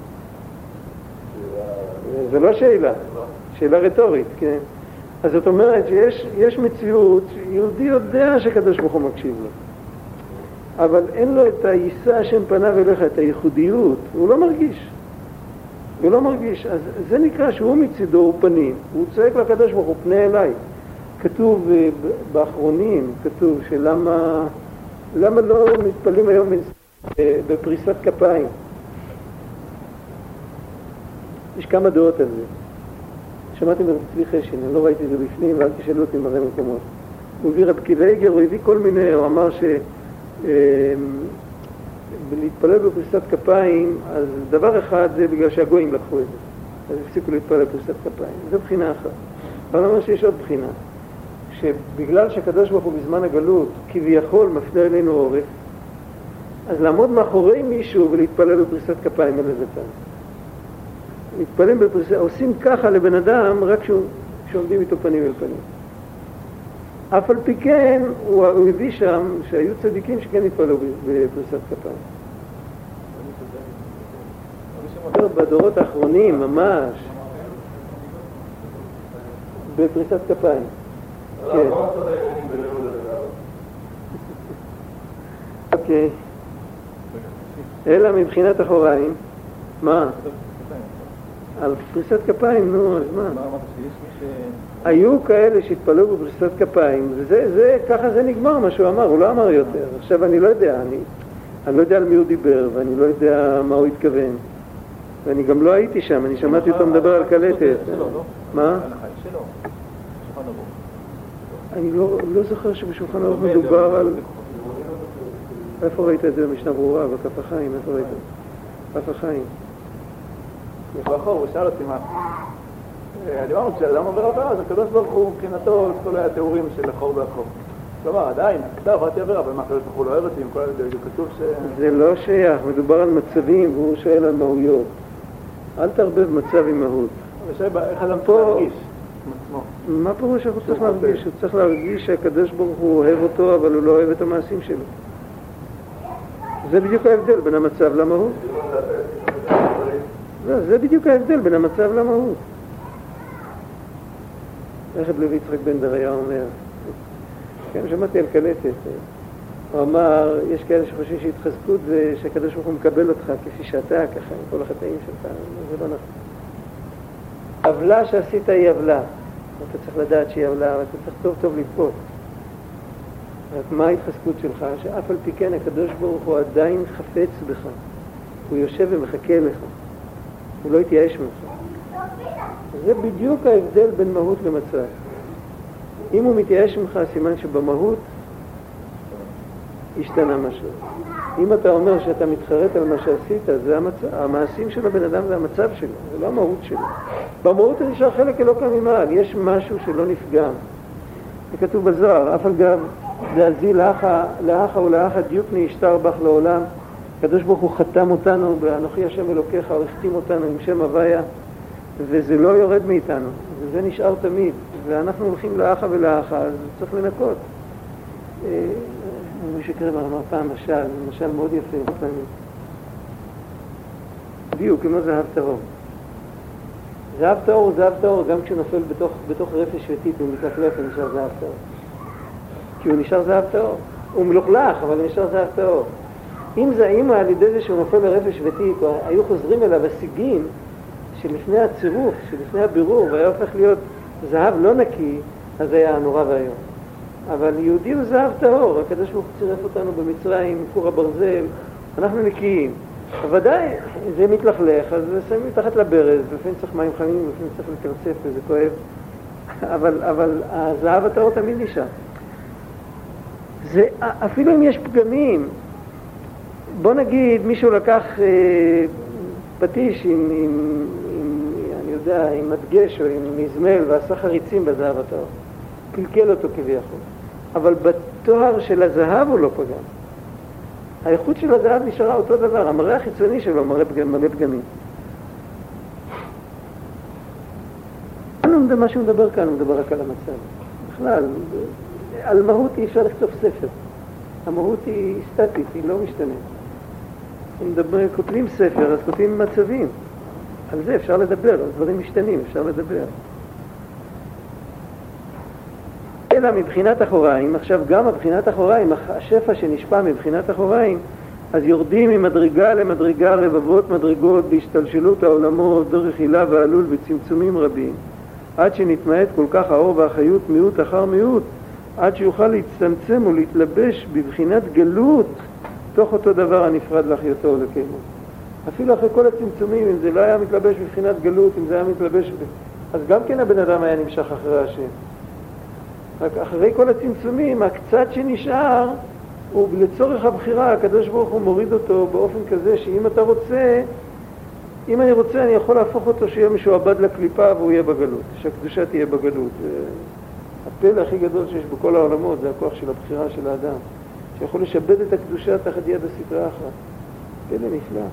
זה לא שאלה, שאלה רטורית, כן? אז זאת אומרת שיש יש מציאות, יהודי יודע שקדוש ברוך הוא מקשיב לו. אבל אין לו את הישא השם פניו אליך, את הייחודיות, הוא לא מרגיש. הוא לא מרגיש. אז זה נקרא שהוא מצידו, הוא פנים, הוא צועק לקדוש ברוך הוא, פנה אליי. כתוב באחרונים, כתוב שלמה למה לא מתפללים היום בפריסת כפיים? יש כמה דעות על זה. שמעתי מרב צבי חשין, אני לא ראיתי את זה בפנים, ואל תשאלו אותי מראה מקומות. הוא הביא רב קיוויגר, הוא הביא כל מיני, הוא אמר ש... להתפלל בפריסת כפיים, אז דבר אחד זה בגלל שהגויים לקחו את זה. אז הפסיקו להתפלל בפריסת כפיים. זו בחינה אחת. אבל אני אומר שיש עוד בחינה. שבגלל שהקדוש ברוך הוא בזמן הגלות כביכול מפנה אלינו עורף, אז לעמוד מאחורי מישהו ולהתפלל בפריסת כפיים על איזה פעם. להתפלל בפריסת, עושים ככה לבן אדם רק כשעומדים איתו פנים אל פנים. אף על פי כן, הוא, הוא הביא שם שהיו צדיקים שכן התפללו בפריסת כפיים. בדורות האחרונים, ממש, בפריסת כפיים. כן. אוקיי. אלא מבחינת אחוריים, מה? על פריסת כפיים, נו, אז מה? היו כאלה שהתפללו בפריסת כפיים, וזה, זה, ככה זה נגמר מה שהוא אמר, הוא לא אמר יותר. עכשיו אני לא יודע, אני, אני לא יודע על מי הוא דיבר, ואני לא יודע מה הוא התכוון. ואני גם לא הייתי שם, אני שמעתי אותו מדבר על קלטת. מה? אני לא, לא זוכר שבשולחן ערוך מדובר על... איפה ראית את זה במשנה ברורה? בכף החיים, איפה ראית? כף החיים. בחור, הוא שאל אותי מה. אני אומר, כשאדם עובר עבירה, אז הקדוש ברוך הוא מבחינתו כל התיאורים של החור והחור. כלומר, עדיין, אתה עברתי עבירה, אבל מה הקדוש ברוך הוא לא אוהב אותי, עם כל זה כתוב ש... זה לא שייך, מדובר על מצבים, והוא שואל על מהויות. אל תערבב מצב עם מהות. איך אדם פה להרגיש? מה פירוש שהוא צריך להרגיש? הוא צריך להרגיש שהקדוש ברוך הוא אוהב אותו, אבל הוא לא אוהב את המעשים שלו. זה בדיוק ההבדל בין המצב למהות. לא, זה בדיוק ההבדל בין המצב למהות. איך לוי יצחק בן דריה אומר, כן, שמעתי על קלטת, הוא אמר, יש כאלה שחושבים שהתחזקות זה שהקדוש ברוך הוא מקבל אותך כפי שאתה, ככה, עם כל החטאים שלך, זה לא נכון. עוולה שעשית היא עוולה, אתה צריך לדעת שהיא עוולה, אבל אתה צריך טוב טוב לתפוס. רק מה ההתחזקות שלך? שאף על פי כן הקדוש ברוך הוא עדיין חפץ בך, הוא יושב ומחכה לך, הוא לא יתייאש ממך. זה בדיוק ההבדל בין מהות למצב. אם הוא מתייאש ממך, סימן שבמהות השתנה משהו. אם אתה אומר שאתה מתחרט על מה שעשית, זה המצב, המעשים של הבן אדם זה המצב שלו, זה לא המהות שלו. במהות נשאר חלק אלוקא ממעל, יש משהו שלא נפגם. זה כתוב בזוהר, אף על גב דעזי לאחה ולאחה דיוקני ישתר בך לעולם. הקדוש ברוך הוא חתם אותנו, באנוכי השם אלוקיך, הוא החתים אותנו עם שם הוויה, וזה לא יורד מאיתנו, וזה נשאר תמיד, ואנחנו הולכים לאחה ולאחה, אז צריך לנקות. מי שקרב אמר פעם משל, משל מאוד יפה, פעמים. בדיוק, כמו זהב טהור. זהב טהור הוא זהב טהור, גם כשהוא נופל בתוך, בתוך רפש ותית, הוא מתקלף ונשאר זהב טהור. כי הוא נשאר זהב טהור. הוא מלוכלך, אבל הוא נשאר זהב טהור. אם זה האמא על ידי זה שהוא נופל לרפש ותית, היו חוזרים אליו השיגים שלפני הצירוף, שלפני הבירור, והיה הופך להיות זהב לא נקי, אז היה נורא והיום. אבל יהודי הוא זהב טהור, הקדוש ברוך הוא צירף אותנו במצרים, כור הברזל, אנחנו נקיים. ודאי, זה מתלכלך, אז שמים מתחת לברז, לפעמים צריך מים חמים, לפעמים צריך לקרצף, וזה כואב. אבל, אבל הזהב הטהור תמיד נשאר. זה, אפילו אם יש פגמים, בוא נגיד, מישהו לקח אה, פטיש עם, עם, עם, אני יודע, עם מדגש או עם מזמל, ועשה חריצים בזהב הטהור. קלקל אותו כביכול. אבל בתואר של הזהב הוא לא פגם. האיכות של הזהב נשארה אותו דבר, המראה החיצוני שלו מראה פגם, מלא פגמים. מה שהוא מדבר כאן, הוא מדבר רק על המצב. בכלל, על מהות אי אפשר לכתוב ספר. המהות היא סטטית, היא לא משתנה. אם מדבר, כותבים ספר, אז כותבים מצבים. על זה אפשר לדבר, על דברים משתנים, אפשר לדבר. אלא מבחינת אחוריים, עכשיו גם מבחינת אחוריים, השפע שנשפע מבחינת אחוריים, אז יורדים ממדרגה למדרגה רבבות מדרגות בהשתלשלות העולמות, דרך הילה ועלול וצמצומים רבים, עד שנתמעט כל כך האור והחיות מיעוט אחר מיעוט, עד שיוכל להצטמצם ולהתלבש בבחינת גלות תוך אותו דבר הנפרד להחיותו ולקיימו. אפילו אחרי כל הצמצומים, אם זה לא היה מתלבש בבחינת גלות, אם זה היה מתלבש ב... אז גם כן הבן אדם היה נמשך אחרי השם. רק אחרי כל הצמצומים, הקצת שנשאר, הוא לצורך הבחירה, הקדוש ברוך הוא מוריד אותו באופן כזה שאם אתה רוצה, אם אני רוצה, אני יכול להפוך אותו שיהיה משועבד לקליפה והוא יהיה בגלות, שהקדושה תהיה בגלות. הפלא הכי גדול שיש בכל העולמות, זה הכוח של הבחירה של האדם, שיכול לשבד את הקדושה תחת יד הסטרא אחרא. פלא נפלא.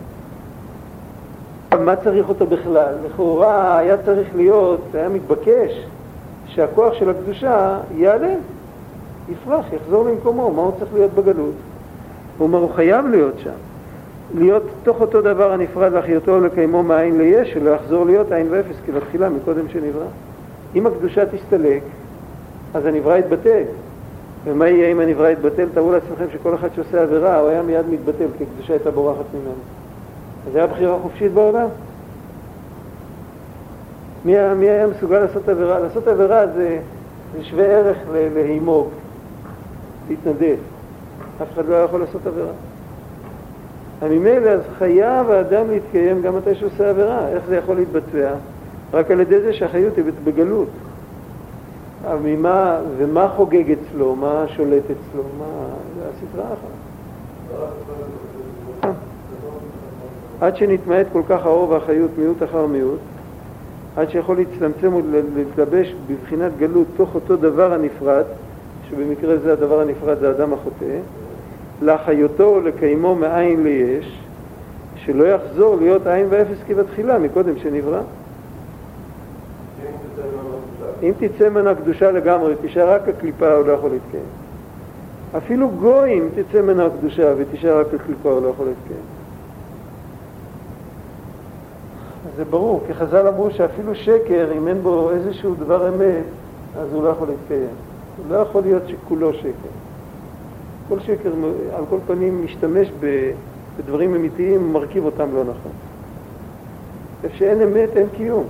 מה צריך אותו בכלל? לכאורה היה צריך להיות, היה מתבקש, שהכוח של הקדושה יעלה, יפרח, יחזור למקומו. מה הוא צריך להיות בגלות? הוא אומר, הוא חייב להיות שם. להיות תוך אותו דבר הנפרד להחיותו לקיימו מאין ליש, שלא יחזור להיות עין ואפס, כי בתחילה מקודם שנברא. אם הקדושה תסתלק, אז הנברא יתבטל. ומה יהיה אם הנברא יתבטל? תראו לעצמכם שכל אחד שעושה עבירה, הוא היה מיד מתבטל, כי הקדושה הייתה בורחת ממנו. אז היה בחירה חופשית בעולם? מי, מי היה מסוגל לעשות עבירה? לעשות עבירה זה, זה שווה ערך להימוג, להתנדף. אף אחד לא יכול לעשות עבירה. ממילא אז חייב האדם להתקיים גם מתי שעושה עבירה. איך זה יכול להתבצע? רק על ידי זה שהחיות היא בגלות. אבל ממה, ומה חוגג אצלו? מה שולט אצלו? מה... זה הסדרה אחת. עד שנתמעט כל כך האור והחיות מיעוט אחר מיעוט, עד שיכול להצטמצם ולהתלבש בבחינת גלות תוך אותו דבר הנפרד, שבמקרה זה הדבר הנפרד זה האדם החוטא, להחיותו ולקיימו מאין ליש, שלא יחזור להיות עין ואפס כבתחילה מקודם שנברא. אם תצא ממנה הקדושה לגמרי, תשאר רק הקליפה, הוא לא יכול להתקיים. אפילו גויים תצא ממנה הקדושה ותשאר רק הקליפה, הוא לא יכול להתקיים. זה ברור, כי חז"ל אמרו שאפילו שקר, אם אין בו איזשהו דבר אמת, אז הוא לא יכול להתקיים. הוא לא יכול להיות שכולו שקר. כל שקר, על כל פנים, משתמש בדברים אמיתיים, מרכיב אותם לא נכון. איפה שאין אמת, אין קיום.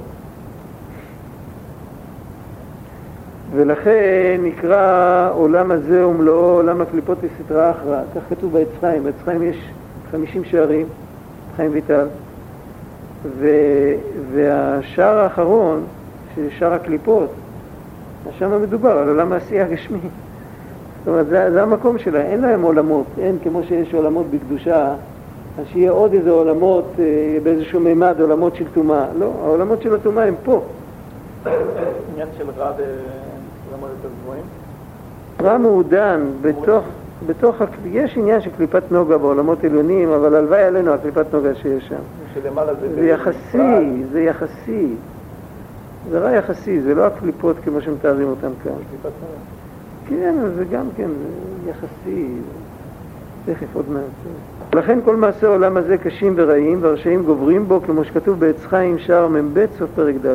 ולכן נקרא עולם הזה ומלואו, עולם הקליפות וסטרא אחרא. כך כתוב בעץ חיים. בעץ חיים יש חמישים שערים, חיים ויטל. ו... והשער האחרון, שער הקליפות, שם מדובר על עולם העשייה הגשמי. זאת אומרת, זה, זה המקום שלה. אין להם עולמות, אין כמו שיש עולמות בקדושה, אז שיהיה עוד איזה עולמות, אה, באיזשהו מימד, עולמות של טומאה. לא, העולמות של הטומאה הם פה. עניין של רע בעולמות יותר גבוהים? רע מעודן, בתוך, בתוך, יש עניין של קליפת נוגה בעולמות עליונים, אבל הלוואי עלינו הקליפת נוגה שיש שם. שלמעלה זה... זה יחסי, זה יחסי. זה רע יחסי, זה לא הקליפות כמו שמתארים אותם כאן. קליפת נוגה. כן, זה גם כן, זה יחסי, תכף עוד מעט. לכן כל מעשה העולם הזה קשים ורעים, והרשעים גוברים בו, כמו שכתוב בעץ חיים שער מ"ב סוף פרק ד'.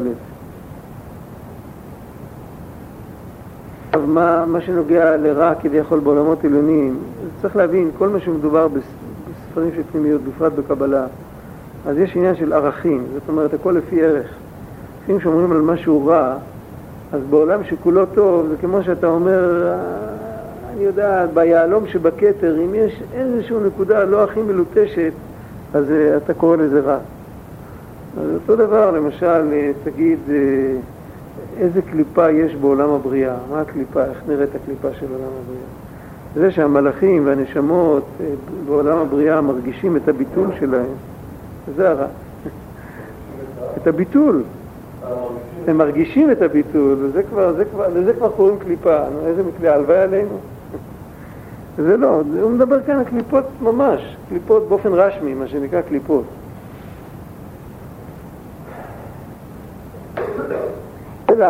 אבל מה, מה שנוגע לרע כביכול בעולמות עליונים, צריך להבין, כל מה שמדובר בספרים של פנימיות, בפרט בקבלה, אז יש עניין של ערכים, זאת אומרת, הכל לפי ערך. לפעמים שאומרים על משהו רע, אז בעולם שכולו טוב, זה כמו שאתה אומר, אני יודע, ביעלום שבכתר, אם יש איזושהי נקודה לא הכי מלוטשת, אז אתה קורא לזה רע. אז אותו דבר, למשל, תגיד, איזה קליפה יש בעולם הבריאה? מה הקליפה? איך נראית הקליפה של עולם הבריאה? זה שהמלאכים והנשמות בעולם הבריאה מרגישים את הביטול שלהם, זה הרע. את הביטול. הם מרגישים את הביטול, וזה כבר, זה כבר, לזה כבר קוראים קליפה. איזה מקרה, הלוואי עלינו? זה לא, הוא מדבר כאן על קליפות ממש, קליפות באופן רשמי, מה שנקרא קליפות. אלא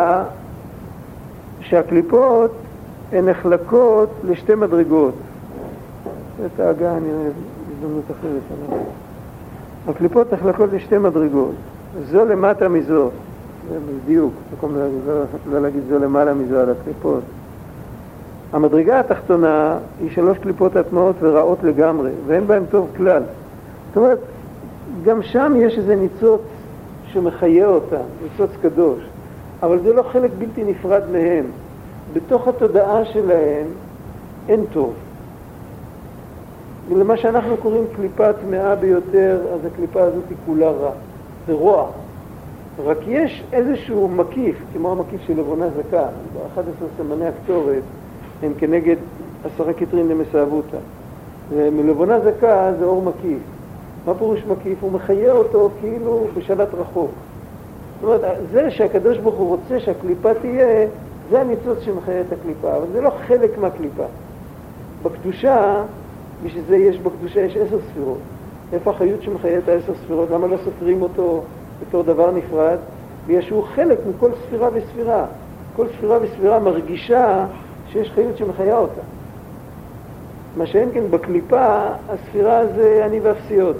שהקליפות הן נחלקות לשתי מדרגות. את ההגה אני אוהב, הזדמנות אחרת. הקליפות נחלקות לשתי מדרגות. זו למטה מזו. זה בדיוק, מקום לא להגיד זו למעלה מזו על הקליפות. המדרגה התחתונה היא שלוש קליפות הטמעות ורעות לגמרי, ואין בהן טוב כלל. זאת אומרת, גם שם יש איזה ניצוץ שמחיה אותה, ניצוץ קדוש. אבל זה לא חלק בלתי נפרד מהם. בתוך התודעה שלהם אין טוב. ולמה שאנחנו קוראים קליפה טמאה ביותר, אז הקליפה הזאת היא כולה רע. זה רוע. רק יש איזשהו מקיף, כמו המקיף של לבונה זקה, ב-אחד עשר סמני הקטורת, הם כנגד עשרה קטרין למסעבותה. ומלבונה זקה זה אור מקיף. מה פירוש מקיף? הוא מחיה אותו כאילו בשלט רחוק. זאת אומרת, זה שהקדוש ברוך הוא רוצה שהקליפה תהיה, זה הניצוץ שמחיה את הקליפה, אבל זה לא חלק מהקליפה. בקדושה, בשביל זה יש בקדושה יש עשר ספירות. איפה החיות שמחיה את העשר ספירות? למה לא סופרים אותו בתור דבר נפרד? בגלל שהוא חלק מכל ספירה וספירה. כל ספירה וספירה מרגישה שיש חיות שמחיה אותה. מה שאין כן בקליפה, הספירה זה אני ואפסיות.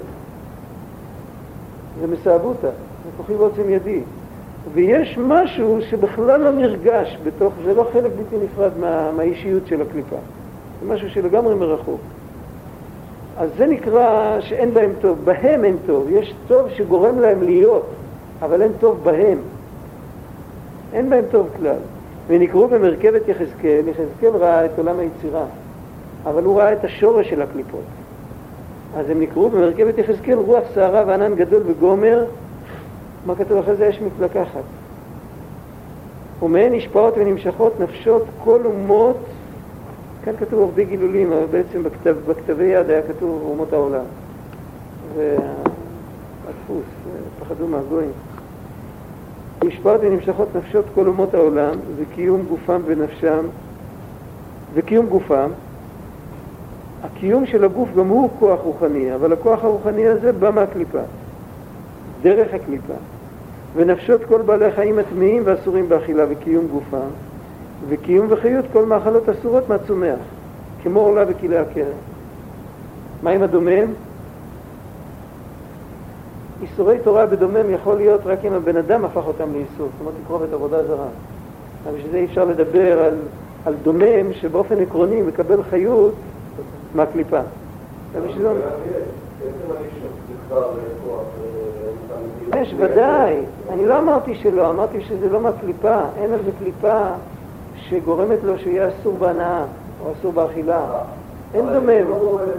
זה מסעבותה, זה כוחי ועוצם ידי. ויש משהו שבכלל לא נרגש בתוך, זה לא חלק בלתי נפרד מה, מהאישיות של הקליפה. זה משהו שלגמרי מרחוק. אז זה נקרא שאין בהם טוב, בהם אין טוב. יש טוב שגורם להם להיות, אבל אין טוב בהם. אין בהם טוב כלל. ונקראו במרכבת יחזקאל, יחזקאל ראה את עולם היצירה, אבל הוא ראה את השורש של הקליפות. אז הם נקראו במרכבת יחזקאל רוח שערה וענן גדול וגומר. מה כתוב אחרי זה? יש מתלקחת. ומהן נשפעות ונמשכות נפשות כל אומות. כאן כתוב הרבה גילולים, אבל בעצם בכתב, בכתבי יד היה כתוב אומות העולם. והדפוס, פחדו מהגויים. נשפעות ונמשכות נפשות כל אומות העולם, וקיום גופם ונפשם, וקיום גופם. הקיום של הגוף גם הוא כוח רוחני, אבל הכוח הרוחני הזה בא מהקליפה, דרך הקליפה. ונפשות כל בעלי חיים הטמאים ואסורים באכילה וקיום גופם, וקיום וחיות כל מאכלות אסורות מהצומח, כמו עורלה וכלי הקרן. מה עם הדומם? איסורי תורה בדומם יכול להיות רק אם הבן אדם הפך אותם לאיסור, זאת אומרת לקרוב את עבודה זרה. אבל בשביל זה אי אפשר לדבר על, על דומם שבאופן עקרוני מקבל חיות מהקליפה. יש, ודאי. אני לא אמרתי שלא, אמרתי שזה לא מהקליפה. אין על זה קליפה שגורמת לו שיהיה אסור בהנאה או אסור באכילה. אין דומם.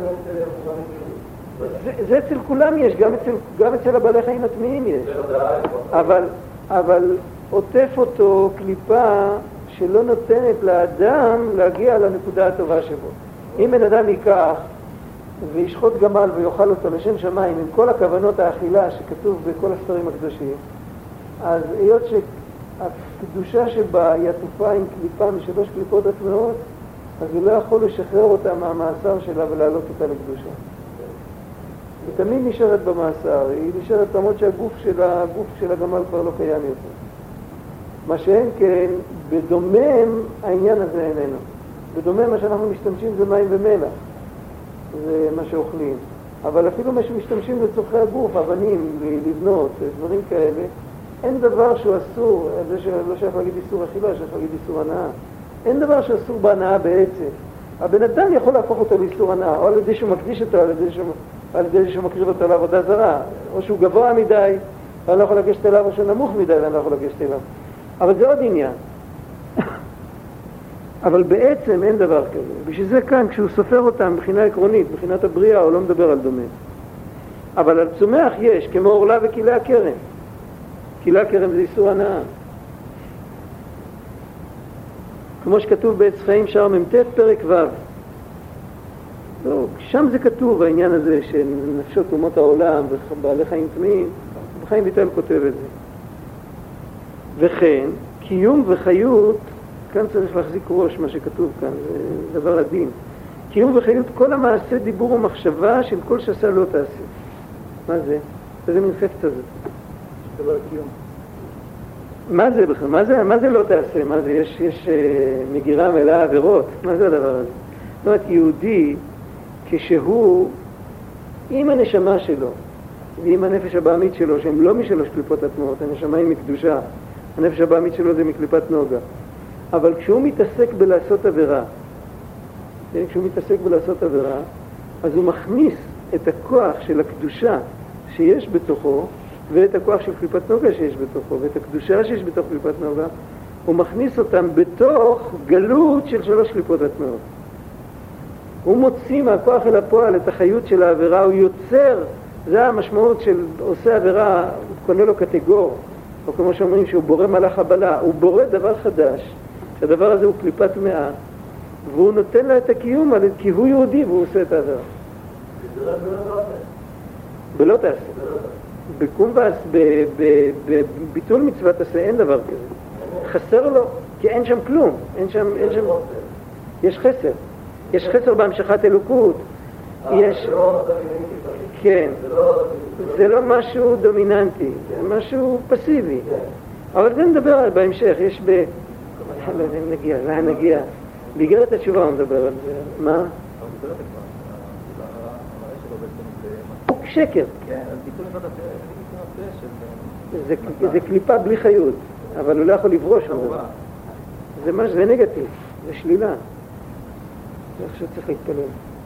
זה, זה אצל כולם יש, גם אצל, גם אצל הבעלי חיים הטמאים יש. אבל, אבל עוטף אותו קליפה שלא נותנת לאדם להגיע לנקודה הטובה שבו. אם בן אדם ייקח וישחוט גמל ויאכל אותו לשם שמיים עם כל הכוונות האכילה שכתוב בכל הספרים הקדושים, אז היות שהקדושה שבה היא עטופה עם קליפה משלוש קליפות הטמאות, אז הוא לא יכול לשחרר אותה מהמאסר שלה ולהעלות אותה לקדושה. היא תמיד נשארת במאסר, היא נשארת למרות שהגוף של, הגוף של הגמל כבר לא קיים יותר. מה שאין כן, בדומם העניין הזה איננו. בדומם מה שאנחנו משתמשים זה מים ומלח, זה מה שאוכלים. אבל אפילו מה שמשתמשים לצורכי הגוף, אבנים, לבנות, דברים כאלה, אין דבר שהוא אסור, זה שלא שייך להגיד איסור אכילה, שייך להגיד איסור הנאה. אין דבר שאסור בהנאה בעצם. הבן אדם יכול להפוך אותו לאיסור הנאה, או על ידי שהוא מקדיש אותו, על ידי שהוא, על ידי שהוא מקריב אותו לעבודה זרה, או שהוא גבוה מדי, ואני לא יכול לגשת אליו, או שהוא נמוך מדי, ואני לא יכול לגשת אליו. אבל זה עוד עניין. אבל בעצם אין דבר כזה. בשביל זה כאן, כשהוא סופר אותם מבחינה עקרונית, מבחינת הבריאה, הוא לא מדבר על דומה. אבל על צומח יש, כמו עורלה וכלי הקרן. כלי הקרן זה איסור הנאה. כמו שכתוב בעץ חיים שער מ"ט פרק ו'. לא, שם זה כתוב העניין הזה של נפשות אומות העולם ובעלי חיים טמאים. חיים ויטל כותב את זה. וכן, קיום וחיות, כאן צריך להחזיק ראש מה שכתוב כאן, זה דבר הדין. קיום וחיות, כל המעשה, דיבור ומחשבה של כל שעשה לא תעשה. מה זה? איזה מין חפץ הזה? דבר קיום. מה זה בכלל? מה זה, מה זה לא תעשה? מה זה? יש, יש uh, מגירה מלאה עבירות. מה זה הדבר הזה? זאת אומרת, יהודי, כשהוא, עם הנשמה שלו, ועם הנפש הבאמית שלו, שהם לא משלוש קליפות הטמאות, הנשמה היא מקדושה, הנפש הבאמית שלו זה מקליפת נוגה. אבל כשהוא מתעסק בלעשות עבירה, כשהוא מתעסק בלעשות עבירה, אז הוא מכניס את הכוח של הקדושה שיש בתוכו, ואת הכוח של קליפת נוגה שיש בתוכו, ואת הקדושה שיש בתוך קליפת נוגה, הוא מכניס אותם בתוך גלות של שלוש קליפות הטמאות. הוא מוציא מהכוח אל הפועל את החיות של העבירה, הוא יוצר, זה המשמעות של עושה עבירה, הוא קונה לו קטגור, או כמו שאומרים שהוא בורא מלאך הבלה, הוא בורא דבר חדש, שהדבר הזה הוא קליפת טמאה, והוא נותן לה את הקיום, כי הוא יהודי והוא עושה את העבירה. בלא תעשה. בקומבס, בביטול מצוות עשה, אין דבר כזה. חסר לו, כי אין שם כלום, אין שם, אין שם, יש חסר, יש חסר בהמשכת אלוקות, יש, כן, זה לא משהו דומיננטי, זה משהו פסיבי, אבל זה נדבר על בהמשך, יש ב... לא יודע אם נגיע, לאן נגיע, באיגרת התשובה הוא מדבר על זה, מה? הוא שקר, זה קליפה בלי חיות, אבל הוא לא יכול לברוש מזה. זה משהו, זה נגטיב, זה שלילה. זה עכשיו צריך להתפלל.